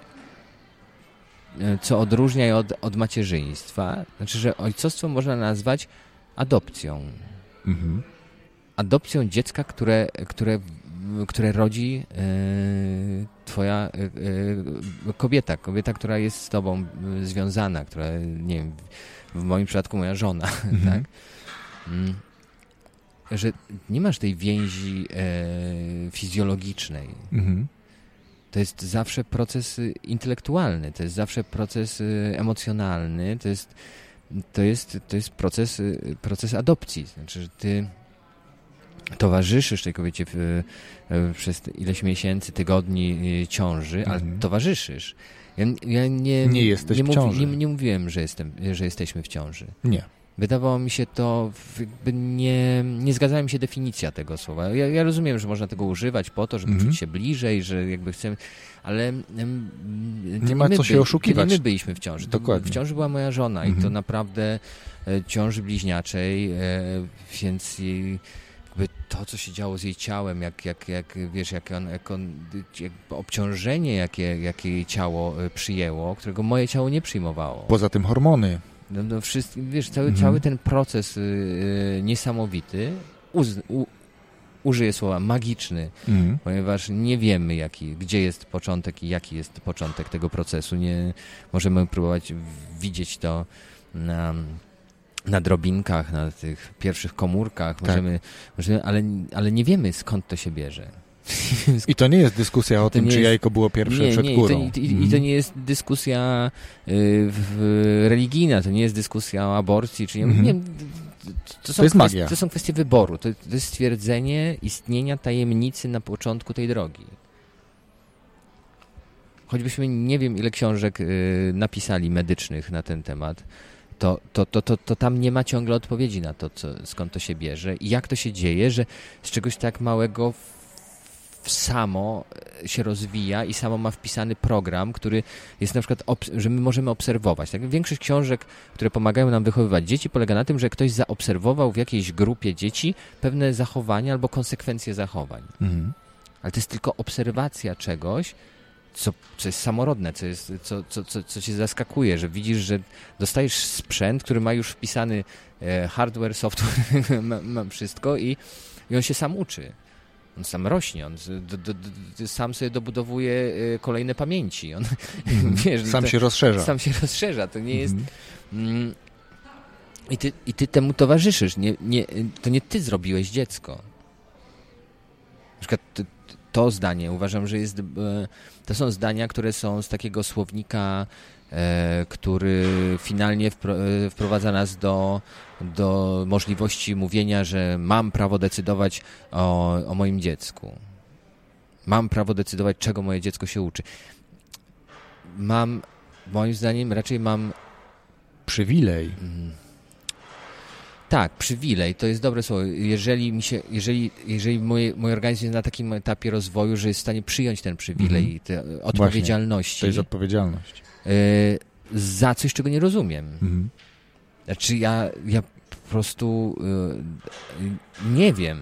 co odróżnia je od macierzyństwa. Znaczy, że ojcostwo można nazwać adopcją. Mhm. Adopcją dziecka, które rodzi twoja kobieta, która jest z tobą związana, która, nie wiem, w moim przypadku moja żona, tak? Że nie masz tej więzi fizjologicznej. To jest zawsze proces intelektualny, to jest zawsze proces emocjonalny, to jest proces adopcji. Znaczy, że ty towarzyszysz tej kobiecie przez ileś miesięcy, tygodni ciąży, ale towarzyszysz. Ja nie jesteś w ciąży. Nie mówiłem, że jesteśmy w ciąży. Nie. Wydawało mi się to, jakby nie zgadzała mi się definicja tego słowa. Ja rozumiem, że można tego używać po to, żeby czuć się bliżej, że jakby chcemy, ale nie ma co się oszukiwać. Nie my byliśmy w ciąży. Dokładnie. W ciąży była moja żona i to naprawdę ciąży bliźniaczej, więc jakby to, co się działo z jej ciałem, jak obciążenie, jakie jej ciało przyjęło, którego moje ciało nie przyjmowało. Poza tym hormony. No wszystko, wiesz, cały ten proces niesamowity, użyję słowa magiczny, ponieważ nie wiemy, gdzie jest początek i jaki jest początek tego procesu. Nie możemy próbować widzieć to na drobinkach, na tych pierwszych komórkach, tak. możemy, ale nie wiemy, skąd to się bierze. I to nie jest dyskusja o tym, czy jajko było pierwsze przed kurą. I to nie jest dyskusja religijna, to nie jest dyskusja o aborcji, czy nie, to jest magia. To są kwestie wyboru, to jest stwierdzenie istnienia tajemnicy na początku tej drogi. Choćbyśmy nie wiem, ile książek napisali medycznych na ten temat, to tam nie ma ciągle odpowiedzi na to, skąd to się bierze i jak to się dzieje, że z czegoś tak małego samo się rozwija i samo ma wpisany program, który jest na przykład, że my możemy obserwować. Tak? Większość książek, które pomagają nam wychowywać dzieci, polega na tym, że ktoś zaobserwował w jakiejś grupie dzieci pewne zachowania albo konsekwencje zachowań. Ale to jest tylko obserwacja czegoś, co jest samorodne, co cię zaskakuje, że widzisz, że dostajesz sprzęt, który ma już wpisany hardware, software, ma wszystko i on się sam uczy. On sam rośnie, on sam sobie dobudowuje kolejne pamięci. On, wiesz, sam się rozszerza. Sam się rozszerza, to nie jest... I ty temu towarzyszysz. To nie ty zrobiłeś dziecko. Na przykład to zdanie, uważam, że to są zdania, które są z takiego słownika, który finalnie wprowadza nas do możliwości mówienia, że mam prawo decydować o moim dziecku. Mam prawo decydować, czego moje dziecko się uczy. Moim zdaniem raczej mam... Przywilej. Tak, przywilej, to jest dobre słowo. Jeżeli mój organizm jest na takim etapie rozwoju, że jest w stanie przyjąć ten przywilej i te odpowiedzialności. Właśnie, to jest odpowiedzialność. Za coś, czego nie rozumiem. Znaczy ja po prostu nie wiem.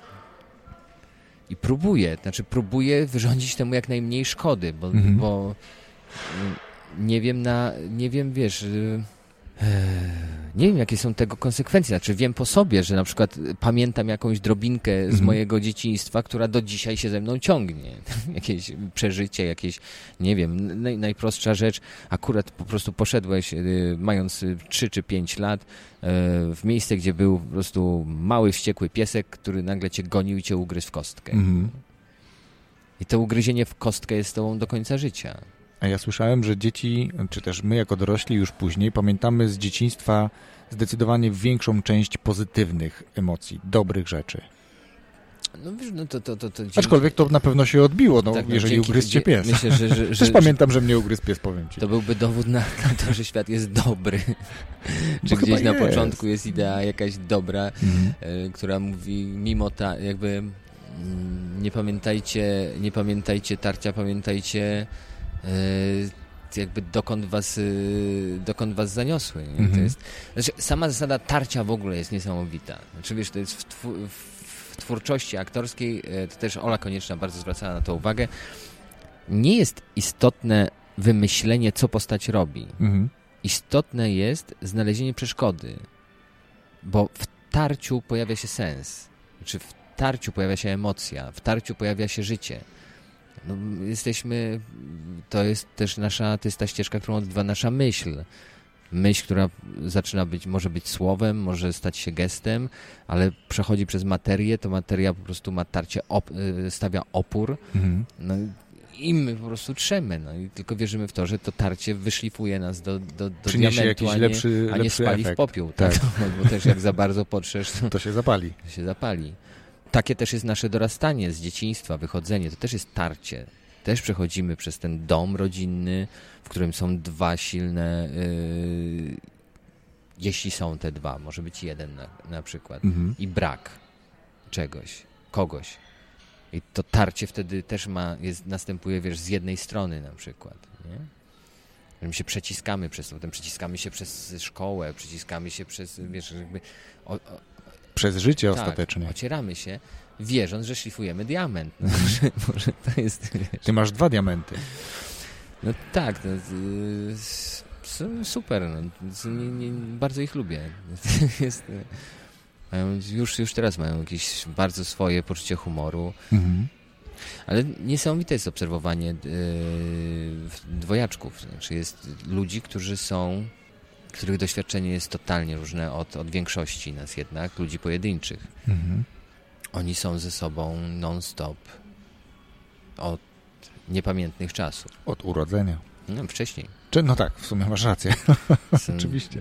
I próbuję wyrządzić temu jak najmniej szkody, bo nie wiem, wiesz... Nie wiem, jakie są tego konsekwencje. Znaczy wiem po sobie, że na przykład pamiętam jakąś drobinkę z mojego dzieciństwa, która do dzisiaj się ze mną ciągnie. Jakieś przeżycie, nie wiem, najprostsza rzecz. Akurat po prostu poszedłeś, mając 3 czy 5 lat, w miejsce, gdzie był po prostu mały, wściekły piesek, który nagle cię gonił i cię ugryzł w kostkę. I to ugryzienie w kostkę jest z tobą do końca życia. A ja słyszałem, że dzieci, czy też my jako dorośli już później, pamiętamy z dzieciństwa zdecydowanie większą część pozytywnych emocji, dobrych rzeczy. No wiesz, no to aczkolwiek to na pewno się odbiło, tak, jeżeli ugryzł cię pies. Myślę, że też pamiętam, że mnie ugryzł pies, powiem ci. To byłby dowód na to, że świat jest dobry. Czy gdzieś na początku jest idea jakaś dobra, która mówi, mimo jakby nie pamiętajcie tarcia, pamiętajcie jakby dokąd was zaniosły. Nie? To jest, znaczy, sama zasada tarcia w ogóle jest niesamowita. Znaczy, wiesz, to jest w twórczości aktorskiej, to też Ola Konieczna bardzo zwracała na to uwagę, nie jest istotne wymyślenie, co postać robi. Istotne jest znalezienie przeszkody, bo w tarciu pojawia się sens, znaczy w tarciu pojawia się emocja, w tarciu pojawia się życie. No, to jest też to jest ta ścieżka, którą odbywa nasza myśl. Myśl, która może być słowem, może stać się gestem, ale przechodzi przez materię, to materia po prostu ma tarcie, stawia opór. No, i my po prostu trzemy, no i tylko wierzymy w to, że to tarcie wyszlifuje nas do przyniesie diamentu, jakiś lepszy a nie spali efekt. w popiół. Tak. Bo też jak za bardzo potrzesz, To się zapali. to się zapali. Takie też jest nasze dorastanie z dzieciństwa, wychodzenie, to też jest tarcie. Też przechodzimy przez ten dom rodzinny, w którym są dwa silne, jeśli są te dwa, może być jeden na przykład, i brak czegoś, kogoś. I to tarcie wtedy też następuje, wiesz, z jednej strony na przykład, nie? My się przeciskamy przez to, potem przeciskamy się przez szkołę, przeciskamy się przez, wiesz, jakby... Przez życie tak, ostatecznie. Ocieramy się, wierząc, że szlifujemy diament. No, może to jest... Wiesz. Ty masz 2 diamenty. No tak, super, no. Bardzo ich lubię. Jest... Już teraz mają jakieś bardzo swoje poczucie humoru. Ale niesamowite jest obserwowanie dwojaczków. Znaczy jest ludzi, których doświadczenie jest totalnie różne od większości nas jednak, ludzi pojedynczych. Oni są ze sobą non-stop od niepamiętnych czasów. Od urodzenia. No, wcześniej. No tak, w sumie masz rację. Oczywiście.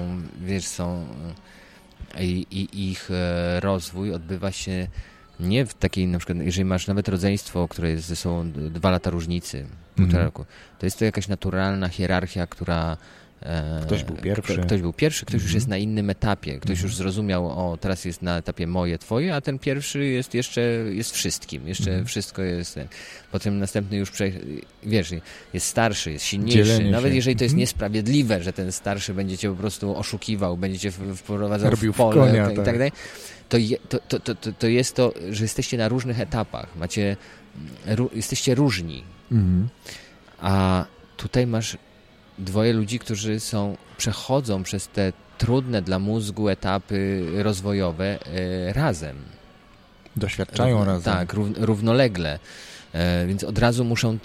I ich rozwój odbywa się nie w takiej, na przykład, jeżeli masz nawet rodzeństwo, które jest ze sobą 2 lata różnicy, 1,5 roku, to jest to jakaś naturalna hierarchia, która... Ktoś był pierwszy. Ktoś już jest na innym etapie. Ktoś już zrozumiał, teraz jest na etapie moje, twoje, a ten pierwszy jest wszystkim. Jeszcze wszystko jest... Potem następny już, wiesz, jest starszy, jest silniejszy. Dzielenie Nawet się. jeżeli to jest niesprawiedliwe, że ten starszy będzie cię po prostu oszukiwał, będzie cię wprowadzał Robił w pole w konia, i tak dalej, to jest to, że jesteście na różnych etapach. Jesteście różni. A tutaj masz 2 ludzi, którzy przechodzą przez te trudne dla mózgu etapy rozwojowe razem. Doświadczają razem. Tak, równolegle. Więc od razu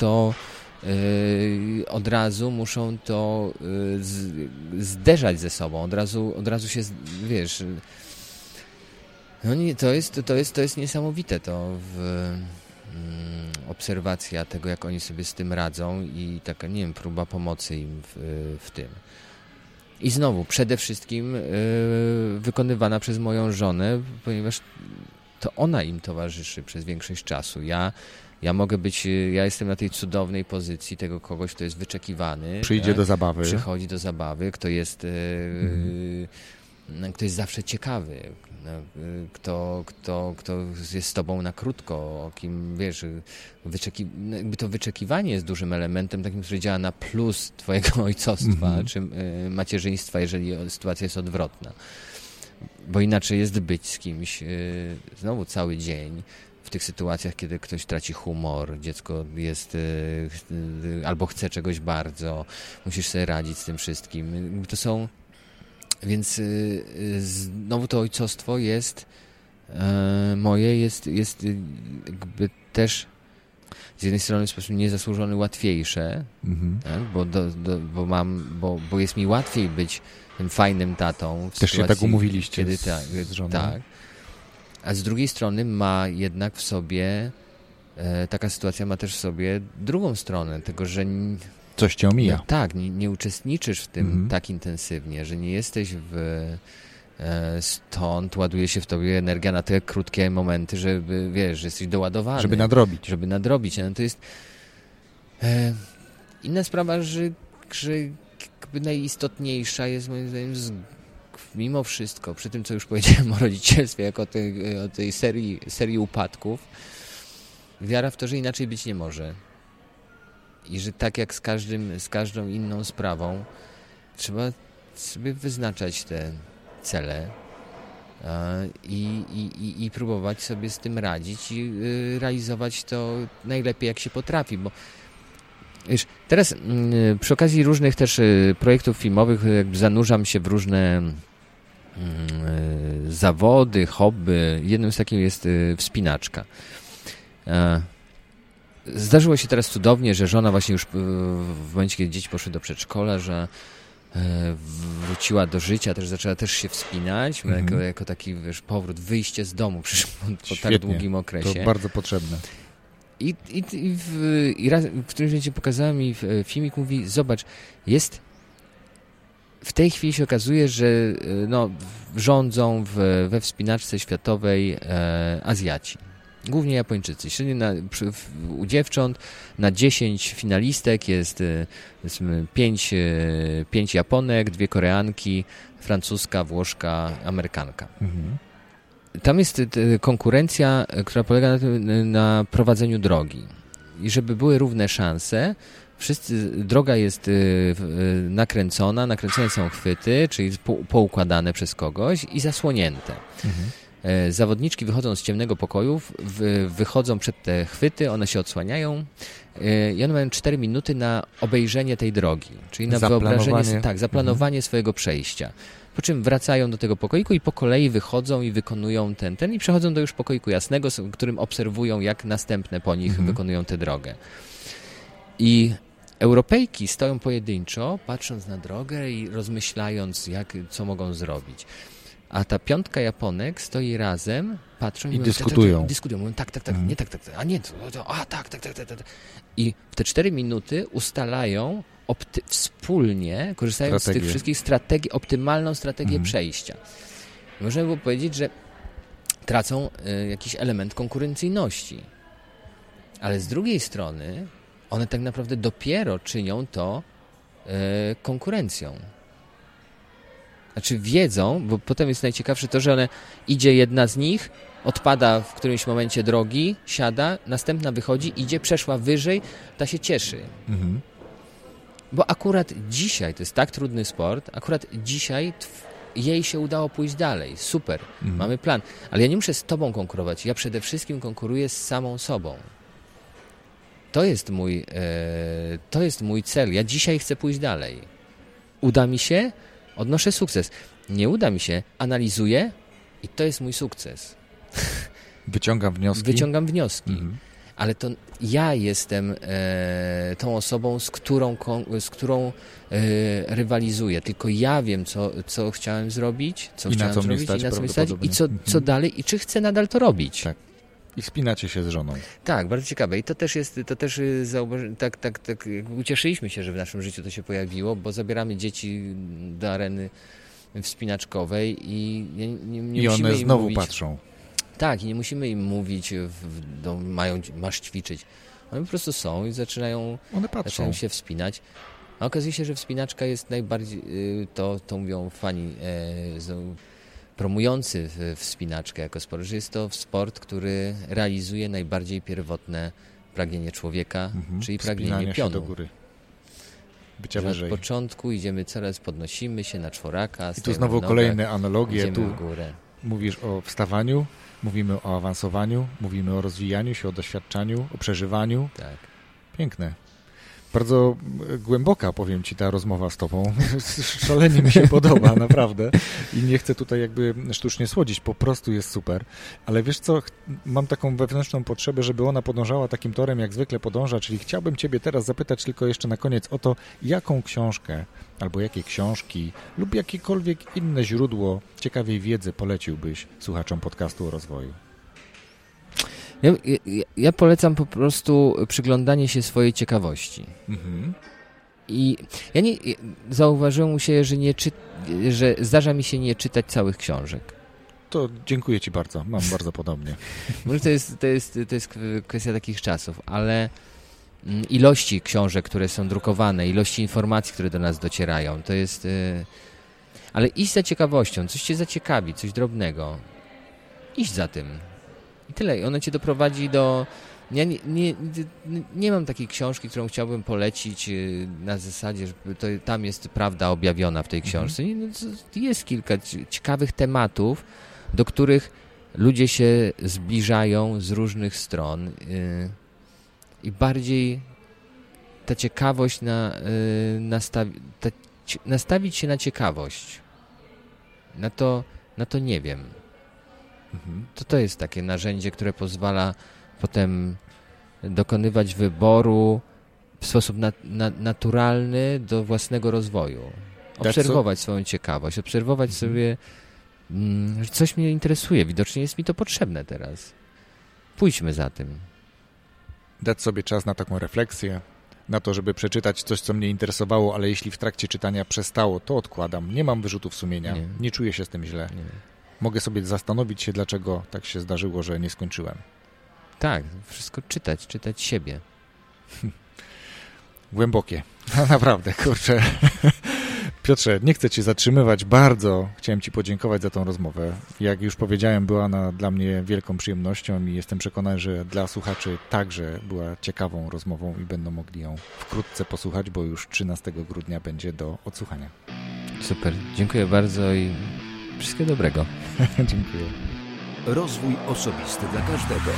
muszą to zderzać ze sobą. Od razu się, wiesz... No nie, to jest niesamowite obserwacja tego, jak oni sobie z tym radzą i taka, nie wiem, próba pomocy im w tym. I znowu, przede wszystkim wykonywana przez moją żonę, ponieważ to ona im towarzyszy przez większość czasu. Ja jestem na tej cudownej pozycji tego kogoś, kto jest wyczekiwany. Przyjdzie do zabawy. Przychodzi do zabawy, kto jest zawsze ciekawy. Kto jest z tobą na krótko, o kim, wiesz, jakby to wyczekiwanie jest dużym elementem takim, który działa na plus twojego ojcostwa czy macierzyństwa, jeżeli sytuacja jest odwrotna. Bo inaczej jest być z kimś znowu cały dzień w tych sytuacjach, kiedy ktoś traci humor, dziecko jest albo chce czegoś bardzo, musisz sobie radzić z tym wszystkim. To są... Więc znowu to ojcostwo jest moje, jest jakby też z jednej strony w sposób niezasłużony łatwiejsze, tak? Bo jest mi łatwiej być tym fajnym tatą. Też się tak umówiliście kiedy z żoną. Tak. A z drugiej strony ma jednak w sobie, taka sytuacja ma też w sobie drugą stronę, tego, że... Coś cię omija. No, tak, nie uczestniczysz w tym tak intensywnie, że nie jesteś stąd ładuje się w tobie energia na te krótkie momenty, żeby, wiesz, że jesteś doładowany. Żeby nadrobić. No to jest inna sprawa, że jakby najistotniejsza jest moim zdaniem mimo wszystko, przy tym, co już powiedziałem o rodzicielstwie, jako o tej serii upadków, wiara w to, że inaczej być nie może. I że tak jak z każdą inną sprawą, trzeba sobie wyznaczać te cele i próbować sobie z tym radzić i realizować to najlepiej jak się potrafi, bo wiesz, teraz przy okazji różnych też projektów filmowych jakby zanurzam się w różne zawody, hobby. Jednym z takich jest wspinaczka. Zdarzyło się teraz cudownie, że żona właśnie już w momencie, kiedy dzieci poszły do przedszkola, że wróciła do życia, też zaczęła też się wspinać, jako taki, wiesz, powrót, wyjście z domu po tak długim okresie. To bardzo potrzebne. I raz, w którymś momencie pokazała mi filmik, mówi, zobacz, w tej chwili się okazuje, że rządzą we wspinaczce światowej Azjaci. Głównie Japończycy. Średnio u dziewcząt na 10 finalistek jest 5 Japonek, 2 Koreanki, francuska, Włoszka, Amerykanka. Tam jest konkurencja, która polega na prowadzeniu drogi. I żeby były równe szanse, droga jest nakręcone są chwyty, czyli poukładane przez kogoś i zasłonięte. Zawodniczki wychodzą z ciemnego pokoju, wychodzą przed te chwyty, one się odsłaniają i one mają 4 minuty na obejrzenie tej drogi, czyli na zaplanowanie swojego przejścia. Po czym wracają do tego pokoiku i po kolei wychodzą i wykonują ten i przechodzą do już pokoiku jasnego, w którym obserwują, jak następne po nich wykonują tę drogę. I Europejki stoją pojedynczo, patrząc na drogę i rozmyślając, co mogą zrobić. A ta 5 Japonek stoi razem, patrzą i dyskutują. Mówią tak, nie tak, a nie, tak. I w te 4 minuty ustalają wspólnie, korzystając z tych wszystkich strategii, optymalną strategię przejścia. Można by było powiedzieć, że tracą jakiś element konkurencyjności. Ale z drugiej strony one tak naprawdę dopiero czynią to konkurencją. Znaczy wiedzą, bo potem jest najciekawsze to, że idzie jedna z nich, odpada w którymś momencie drogi, siada, następna wychodzi, idzie, przeszła wyżej, ta się cieszy. Bo akurat dzisiaj, to jest tak trudny sport, akurat dzisiaj jej się udało pójść dalej. Super, mamy plan. Ale ja nie muszę z tobą konkurować, ja przede wszystkim konkuruję z samą sobą. To jest mój cel. Ja dzisiaj chcę pójść dalej. Uda mi się? Odnoszę sukces. Nie uda mi się? Analizuję i to jest mój sukces. Wyciągam wnioski. Ale to ja jestem tą osobą, z którą rywalizuję. Tylko ja wiem, co chciałem zrobić, i na co mi stać i co dalej i czy chcę nadal to robić. Tak. I wspinacie się z żoną. Tak, bardzo ciekawe. I to też tak ucieszyliśmy się, że w naszym życiu to się pojawiło, bo zabieramy dzieci do areny wspinaczkowej i nie one znowu patrzą. Tak, i nie musimy im mówić, masz ćwiczyć. One po prostu są i zaczynają się wspinać. A okazuje się, że wspinaczka jest najbardziej, to mówią fani promujący wspinaczkę jako sport, że jest to sport, który realizuje najbardziej pierwotne pragnienie człowieka, czyli pragnienie pionu. Się do góry. Bycia że wyżej. Od początku idziemy podnosimy się na czworaka. I tu znowu kolejne analogie. Tu w górę. Mówisz o wstawaniu, mówimy o awansowaniu, mówimy o rozwijaniu się, o doświadczaniu, o przeżywaniu. Tak. Piękne. Bardzo głęboka, powiem ci, ta rozmowa z tobą. Szalenie mi się podoba, naprawdę. I nie chcę tutaj jakby sztucznie słodzić, po prostu jest super. Ale wiesz co, mam taką wewnętrzną potrzebę, żeby ona podążała takim torem, jak zwykle podąża, czyli chciałbym ciebie teraz zapytać tylko jeszcze na koniec o to, jaką książkę, albo jakie książki, lub jakiekolwiek inne źródło ciekawej wiedzy poleciłbyś słuchaczom podcastu o rozwoju. Ja polecam po prostu przyglądanie się swojej ciekawości. I ja zauważyłem u siebie, że zdarza mi się nie czytać całych książek. To dziękuję ci bardzo, mam bardzo podobnie. Może to jest kwestia takich czasów, ale ilości książek, które są drukowane, ilości informacji, które do nas docierają, to jest... Ale iść za ciekawością, coś cię zaciekawi, coś drobnego. Iść za tym. I tyle. I ono cię doprowadzi Ja nie mam takiej książki, którą chciałbym polecić na zasadzie, że tam jest prawda objawiona w tej książce. Jest kilka ciekawych tematów, do których ludzie się zbliżają z różnych stron i bardziej ta ciekawość nastawić się na ciekawość. Na to nie wiem. To jest takie narzędzie, które pozwala potem dokonywać wyboru w sposób naturalny do własnego rozwoju. Obserwować swoją ciekawość, obserwować sobie, że coś mnie interesuje. Widocznie jest mi to potrzebne teraz. Pójdźmy za tym. Dać sobie czas na taką refleksję, na to, żeby przeczytać coś, co mnie interesowało, ale jeśli w trakcie czytania przestało, to odkładam. Nie mam wyrzutów sumienia. Nie czuję się z tym źle. Nie. Mogę sobie zastanowić się, dlaczego tak się zdarzyło, że nie skończyłem. Tak, wszystko czytać siebie. Głębokie. Naprawdę, kurczę. Piotrze, nie chcę Cię zatrzymywać. Bardzo chciałem Ci podziękować za tą rozmowę. Jak już powiedziałem, była ona dla mnie wielką przyjemnością i jestem przekonany, że dla słuchaczy także była ciekawą rozmową i będą mogli ją wkrótce posłuchać, bo już 13 grudnia będzie do odsłuchania. Super, dziękuję bardzo i wszystkiego dobrego. Dziękuję. Rozwój osobisty dla każdego.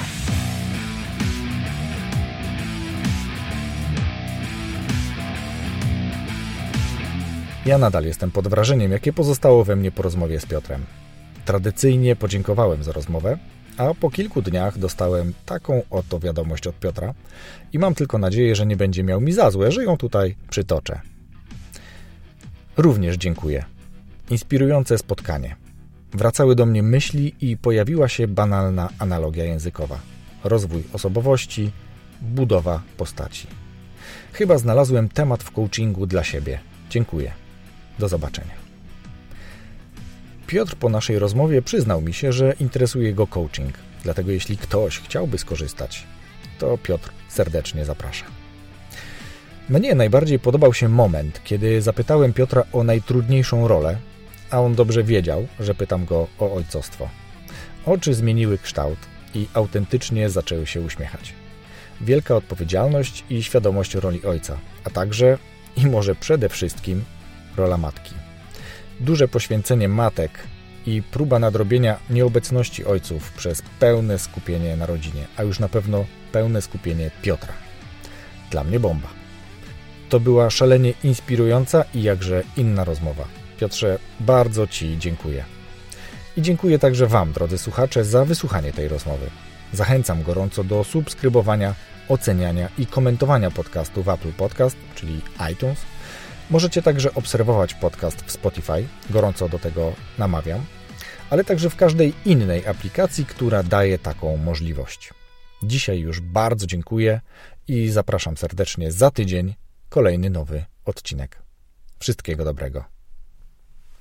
Ja nadal jestem pod wrażeniem, jakie pozostało we mnie po rozmowie z Piotrem. Tradycyjnie podziękowałem za rozmowę, a po kilku dniach dostałem taką oto wiadomość od Piotra i mam tylko nadzieję, że nie będzie miał mi za złe, że ją tutaj przytoczę. Również dziękuję. Inspirujące spotkanie. Wracały do mnie myśli i pojawiła się banalna analogia językowa. Rozwój osobowości, budowa postaci. Chyba znalazłem temat w coachingu dla siebie. Dziękuję. Do zobaczenia. Piotr po naszej rozmowie przyznał mi się, że interesuje go coaching. Dlatego jeśli ktoś chciałby skorzystać, to Piotr serdecznie zaprasza. Mnie najbardziej podobał się moment, kiedy zapytałem Piotra o najtrudniejszą rolę, a on dobrze wiedział, że pytam go o ojcostwo. Oczy zmieniły kształt i autentycznie zaczęły się uśmiechać. Wielka odpowiedzialność i świadomość roli ojca, a także i może przede wszystkim rola matki. Duże poświęcenie matek i próba nadrobienia nieobecności ojców przez pełne skupienie na rodzinie, a już na pewno pełne skupienie Piotra. Dla mnie bomba. To była szalenie inspirująca i jakże inna rozmowa. Piotrze, bardzo Ci dziękuję. I dziękuję także Wam, drodzy słuchacze, za wysłuchanie tej rozmowy. Zachęcam gorąco do subskrybowania, oceniania i komentowania podcastu w Apple Podcast, czyli iTunes. Możecie także obserwować podcast w Spotify, gorąco do tego namawiam, ale także w każdej innej aplikacji, która daje taką możliwość. Dzisiaj już bardzo dziękuję i zapraszam serdecznie za tydzień kolejny nowy odcinek. Wszystkiego dobrego.